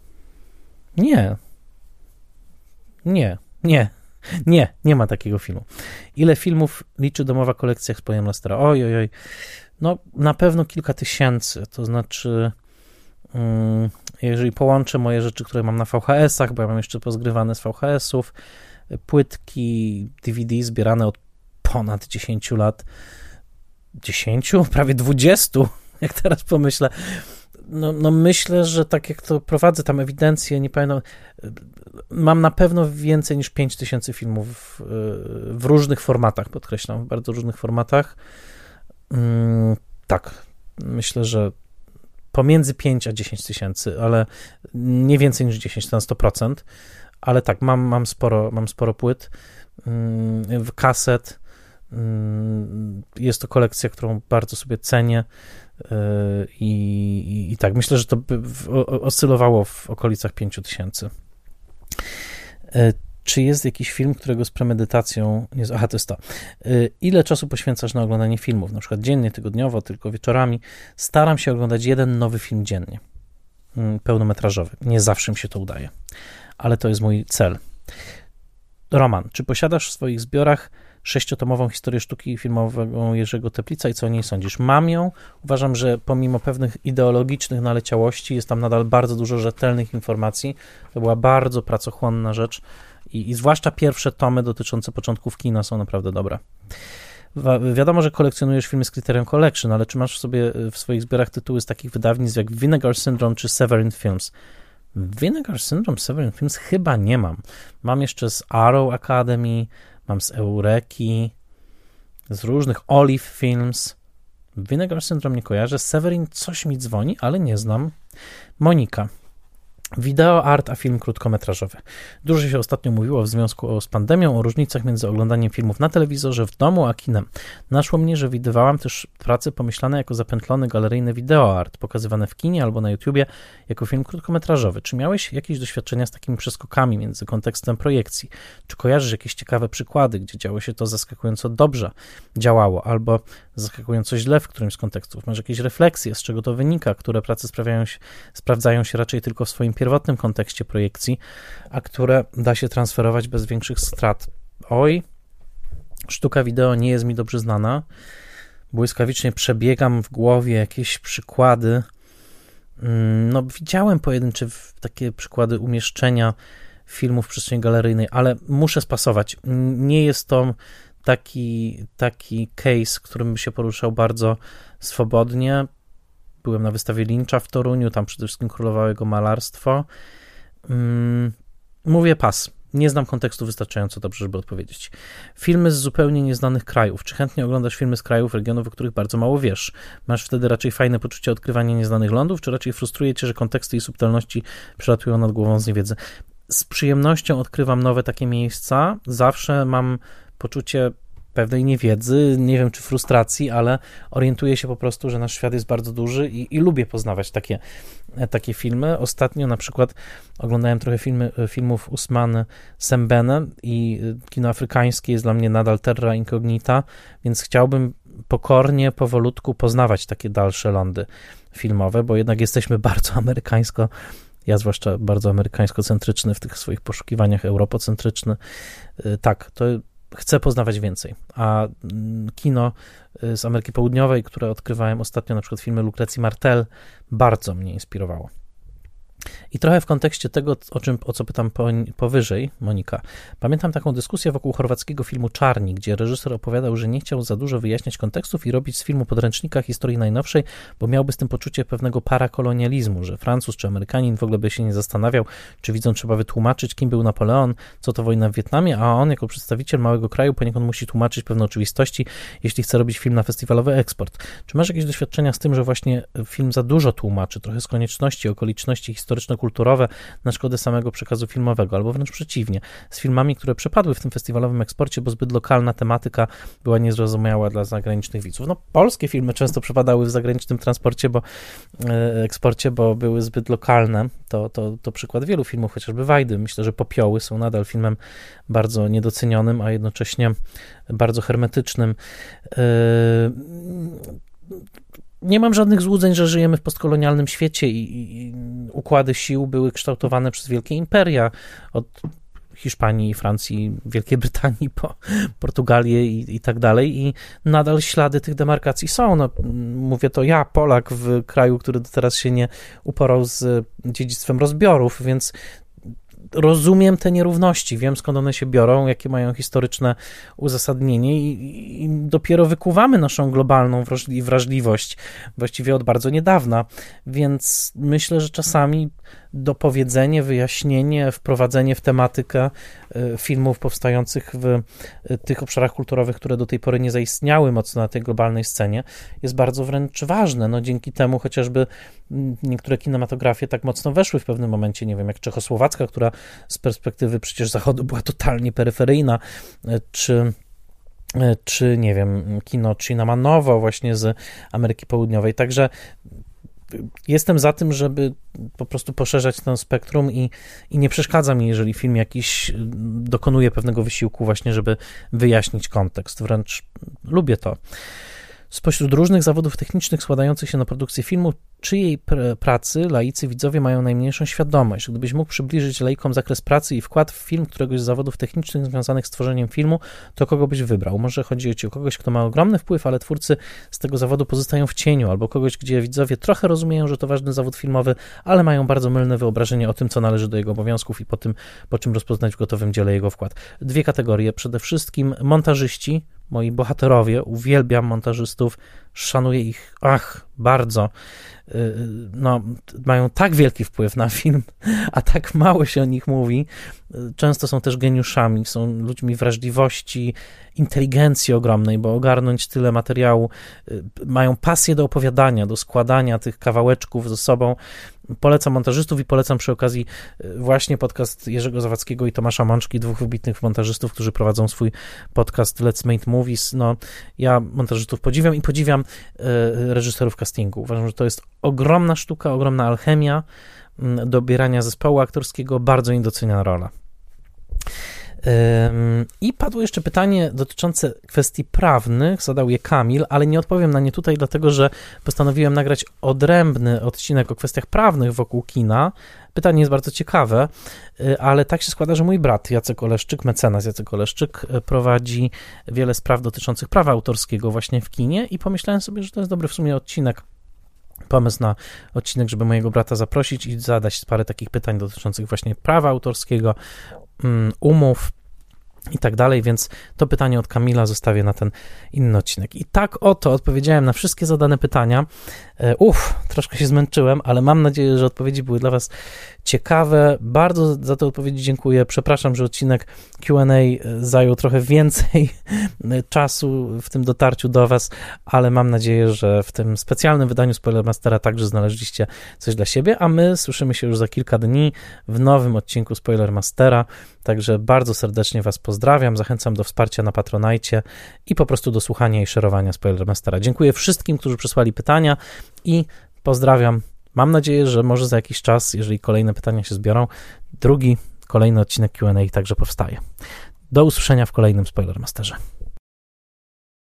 Nie ma takiego filmu. Ile filmów liczy domowa kolekcja Exploitem Lastera? Oj. No na pewno kilka tysięcy, to znaczy jeżeli połączę moje rzeczy, które mam na VHS-ach, bo ja mam jeszcze pozgrywane z VHS-ów, płytki, DVD zbierane od ponad 10 lat, 10? Prawie 20, jak teraz pomyślę. No myślę, że tak jak to prowadzę tam ewidencję, nie pamiętam, mam na pewno więcej niż 5000 filmów w różnych formatach, podkreślam, w bardzo różnych formatach. Tak, myślę, że pomiędzy 5 a 10 tysięcy, ale nie więcej niż 10, to na 100%, ale tak, mam sporo płyt, kaset, jest to kolekcja, którą bardzo sobie cenię i tak, myślę, że to by oscylowało w okolicach 5000. Czy jest jakiś film, którego z premedytacją nie... Aha, to jest to. Ile czasu poświęcasz na oglądanie filmów? Na przykład dziennie, tygodniowo, tylko wieczorami. Staram się oglądać jeden nowy film dziennie. Pełnometrażowy. Nie zawsze mi się to udaje. Ale to jest mój cel. Roman, czy posiadasz w swoich zbiorach 6-tomową historię sztuki filmową Jerzego Teplica i co o niej sądzisz? Mam ją. Uważam, że pomimo pewnych ideologicznych naleciałości jest tam nadal bardzo dużo rzetelnych informacji. To była bardzo pracochłonna rzecz i zwłaszcza pierwsze tomy dotyczące początków kina są naprawdę dobre. Wiadomo, że kolekcjonujesz filmy z Criterion Collection, ale czy masz sobie w swoich zbiorach tytuły z takich wydawnictw jak Vinegar Syndrome czy Severin Films? Vinegar Syndrome, Severin Films chyba nie mam. Mam jeszcze z Arrow Academy, mam z Eureki, z różnych Olive Films. Vinegar Syndrome nie kojarzę. Severin coś mi dzwoni, ale nie znam. Monika. Wideo, art, a film krótkometrażowy. Dużo się ostatnio mówiło w związku z pandemią o różnicach między oglądaniem filmów na telewizorze, w domu, a kinem. Naszło mnie, że widywałam też prace pomyślane jako zapętlony galeryjny wideo art, pokazywane w kinie albo na YouTubie jako film krótkometrażowy. Czy miałeś jakieś doświadczenia z takimi przeskokami między kontekstem projekcji? Czy kojarzysz jakieś ciekawe przykłady, gdzie działo się to zaskakująco dobrze działało, albo zaskakująco źle w którymś z kontekstów? Masz jakieś refleksje, z czego to wynika, które prace sprawdzają się raczej tylko w swoim pierwotnym kontekście projekcji, a które da się transferować bez większych strat? Oj, sztuka wideo nie jest mi dobrze znana. Błyskawicznie przebiegam w głowie jakieś przykłady. No, widziałem pojedyncze takie przykłady umieszczenia filmów w przestrzeni galeryjnej, ale muszę spasować. Nie jest to taki case, którym by się poruszał bardzo swobodnie. Byłem na wystawie Lyncha w Toruniu, tam przede wszystkim królowało jego malarstwo. Mówię pas. Nie znam kontekstu wystarczająco dobrze, żeby odpowiedzieć. Filmy z zupełnie nieznanych krajów. Czy chętnie oglądasz filmy z krajów, regionów, o których bardzo mało wiesz? Masz wtedy raczej fajne poczucie odkrywania nieznanych lądów, czy raczej frustruje cię, że konteksty i subtelności przelatują nad głową z niewiedzy? Z przyjemnością odkrywam nowe takie miejsca. Zawsze mam poczucie pewnej niewiedzy, nie wiem czy frustracji, ale orientuję się po prostu, że nasz świat jest bardzo duży i lubię poznawać takie filmy. Ostatnio na przykład oglądałem trochę filmów Ousmane Sembene i kino afrykańskie jest dla mnie nadal terra incognita, więc chciałbym pokornie, powolutku poznawać takie dalsze lądy filmowe, bo jednak jesteśmy bardzo ja zwłaszcza bardzo amerykańsko-centryczny w tych swoich poszukiwaniach, europocentryczny. Tak, to chcę poznawać więcej, a kino z Ameryki Południowej, które odkrywałem ostatnio, na przykład filmy Lucrecji Martel, bardzo mnie inspirowało. I trochę w kontekście tego, o co pytam powyżej, Monika, pamiętam taką dyskusję wokół chorwackiego filmu Czarni, gdzie reżyser opowiadał, że nie chciał za dużo wyjaśniać kontekstów i robić z filmu podręcznika historii najnowszej, bo miałby z tym poczucie pewnego parakolonializmu, że Francuz czy Amerykanin w ogóle by się nie zastanawiał, czy widzą trzeba wytłumaczyć, kim był Napoleon, co to wojna w Wietnamie, a on jako przedstawiciel małego kraju poniekąd musi tłumaczyć pewne oczywistości, jeśli chce robić film na festiwalowy eksport. Czy masz jakieś doświadczenia z tym, że właśnie film za dużo tłumaczy, trochę z konieczności, okoliczności historyczno-kulturowe na szkodę samego przekazu filmowego, albo wręcz przeciwnie, z filmami, które przepadły w tym festiwalowym eksporcie, bo zbyt lokalna tematyka była niezrozumiała dla zagranicznych widzów. No, polskie filmy często przepadały w zagranicznym eksporcie, bo były zbyt lokalne. To przykład wielu filmów, chociażby Wajdy. Myślę, że Popioły są nadal filmem bardzo niedocenionym, a jednocześnie bardzo hermetycznym. Nie mam żadnych złudzeń, że żyjemy w postkolonialnym świecie i układy sił były kształtowane przez wielkie imperia, od Hiszpanii, Francji, Wielkiej Brytanii po Portugalię i tak dalej, i nadal ślady tych demarkacji są. No, mówię to ja, Polak w kraju, który do teraz się nie uporał z dziedzictwem rozbiorów, więc rozumiem te nierówności, wiem skąd one się biorą, jakie mają historyczne uzasadnienie i dopiero wykuwamy naszą globalną wrażliwość właściwie od bardzo niedawna, więc myślę, że czasami dopowiedzenie, wyjaśnienie, wprowadzenie w tematykę filmów powstających w tych obszarach kulturowych, które do tej pory nie zaistniały mocno na tej globalnej scenie, jest bardzo wręcz ważne. No, dzięki temu chociażby niektóre kinematografie tak mocno weszły w pewnym momencie, nie wiem, jak czechosłowacka, która z perspektywy przecież Zachodu była totalnie peryferyjna, czy nie wiem, kino Cinnamanowo właśnie z Ameryki Południowej. Także jestem za tym, żeby po prostu poszerzać ten spektrum i nie przeszkadza mi, jeżeli film jakiś dokonuje pewnego wysiłku właśnie, żeby wyjaśnić kontekst. Wręcz lubię to. Spośród różnych zawodów technicznych składających się na produkcję filmu, czyjej pracy laicy widzowie mają najmniejszą świadomość? Gdybyś mógł przybliżyć laikom zakres pracy i wkład w film któregoś z zawodów technicznych związanych z tworzeniem filmu, to kogo byś wybrał? Może chodzi ci o kogoś, kto ma ogromny wpływ, ale twórcy z tego zawodu pozostają w cieniu, albo kogoś, gdzie widzowie trochę rozumieją, że to ważny zawód filmowy, ale mają bardzo mylne wyobrażenie o tym, co należy do jego obowiązków i po czym rozpoznać w gotowym dziele jego wkład. 2 kategorie. Przede wszystkim montażyści, moi bohaterowie, uwielbiam montażystów, szanuję ich, bardzo. No, mają tak wielki wpływ na film, a tak mało się o nich mówi. Często są też geniuszami, są ludźmi wrażliwości, inteligencji ogromnej, bo ogarnąć tyle materiału, mają pasję do opowiadania, do składania tych kawałeczków ze sobą. Polecam montażystów i polecam przy okazji właśnie podcast Jerzego Zawadzkiego i Tomasza Mączki, 2 wybitnych montażystów, którzy prowadzą swój podcast Let's Make Movies. No, ja montażystów podziwiam i podziwiam reżyserów castingu. Uważam, że to jest ogromna sztuka, ogromna alchemia dobierania zespołu aktorskiego, bardzo niedoceniana rola. I padło jeszcze pytanie dotyczące kwestii prawnych, zadał je Kamil, ale nie odpowiem na nie tutaj, dlatego że postanowiłem nagrać odrębny odcinek o kwestiach prawnych wokół kina. Pytanie jest bardzo ciekawe, ale tak się składa, że mój brat Jacek Oleszczyk, mecenas Jacek Oleszczyk, prowadzi wiele spraw dotyczących prawa autorskiego właśnie w kinie i pomyślałem sobie, że to jest dobry w sumie pomysł na odcinek, żeby mojego brata zaprosić i zadać parę takich pytań dotyczących właśnie prawa autorskiego, umów i tak dalej, więc to pytanie od Kamila zostawię na ten inny odcinek. I tak oto odpowiedziałem na wszystkie zadane pytania. Troszkę się zmęczyłem, ale mam nadzieję, że odpowiedzi były dla Was ciekawe. Bardzo za te odpowiedzi dziękuję. Przepraszam, że odcinek Q&A zajął trochę więcej czasu w tym dotarciu do Was, ale mam nadzieję, że w tym specjalnym wydaniu Spoilermastera także znaleźliście coś dla siebie, a my słyszymy się już za kilka dni w nowym odcinku Spoilermastera, także bardzo serdecznie Was pozdrawiam, zachęcam do wsparcia na Patronite i po prostu do słuchania i szerowania Spoilermastera. Dziękuję wszystkim, którzy przysłali pytania i pozdrawiam. Mam nadzieję, że może za jakiś czas, jeżeli kolejne pytania się zbiorą, kolejny odcinek Q&A także powstaje. Do usłyszenia w kolejnym Spoilermasterze.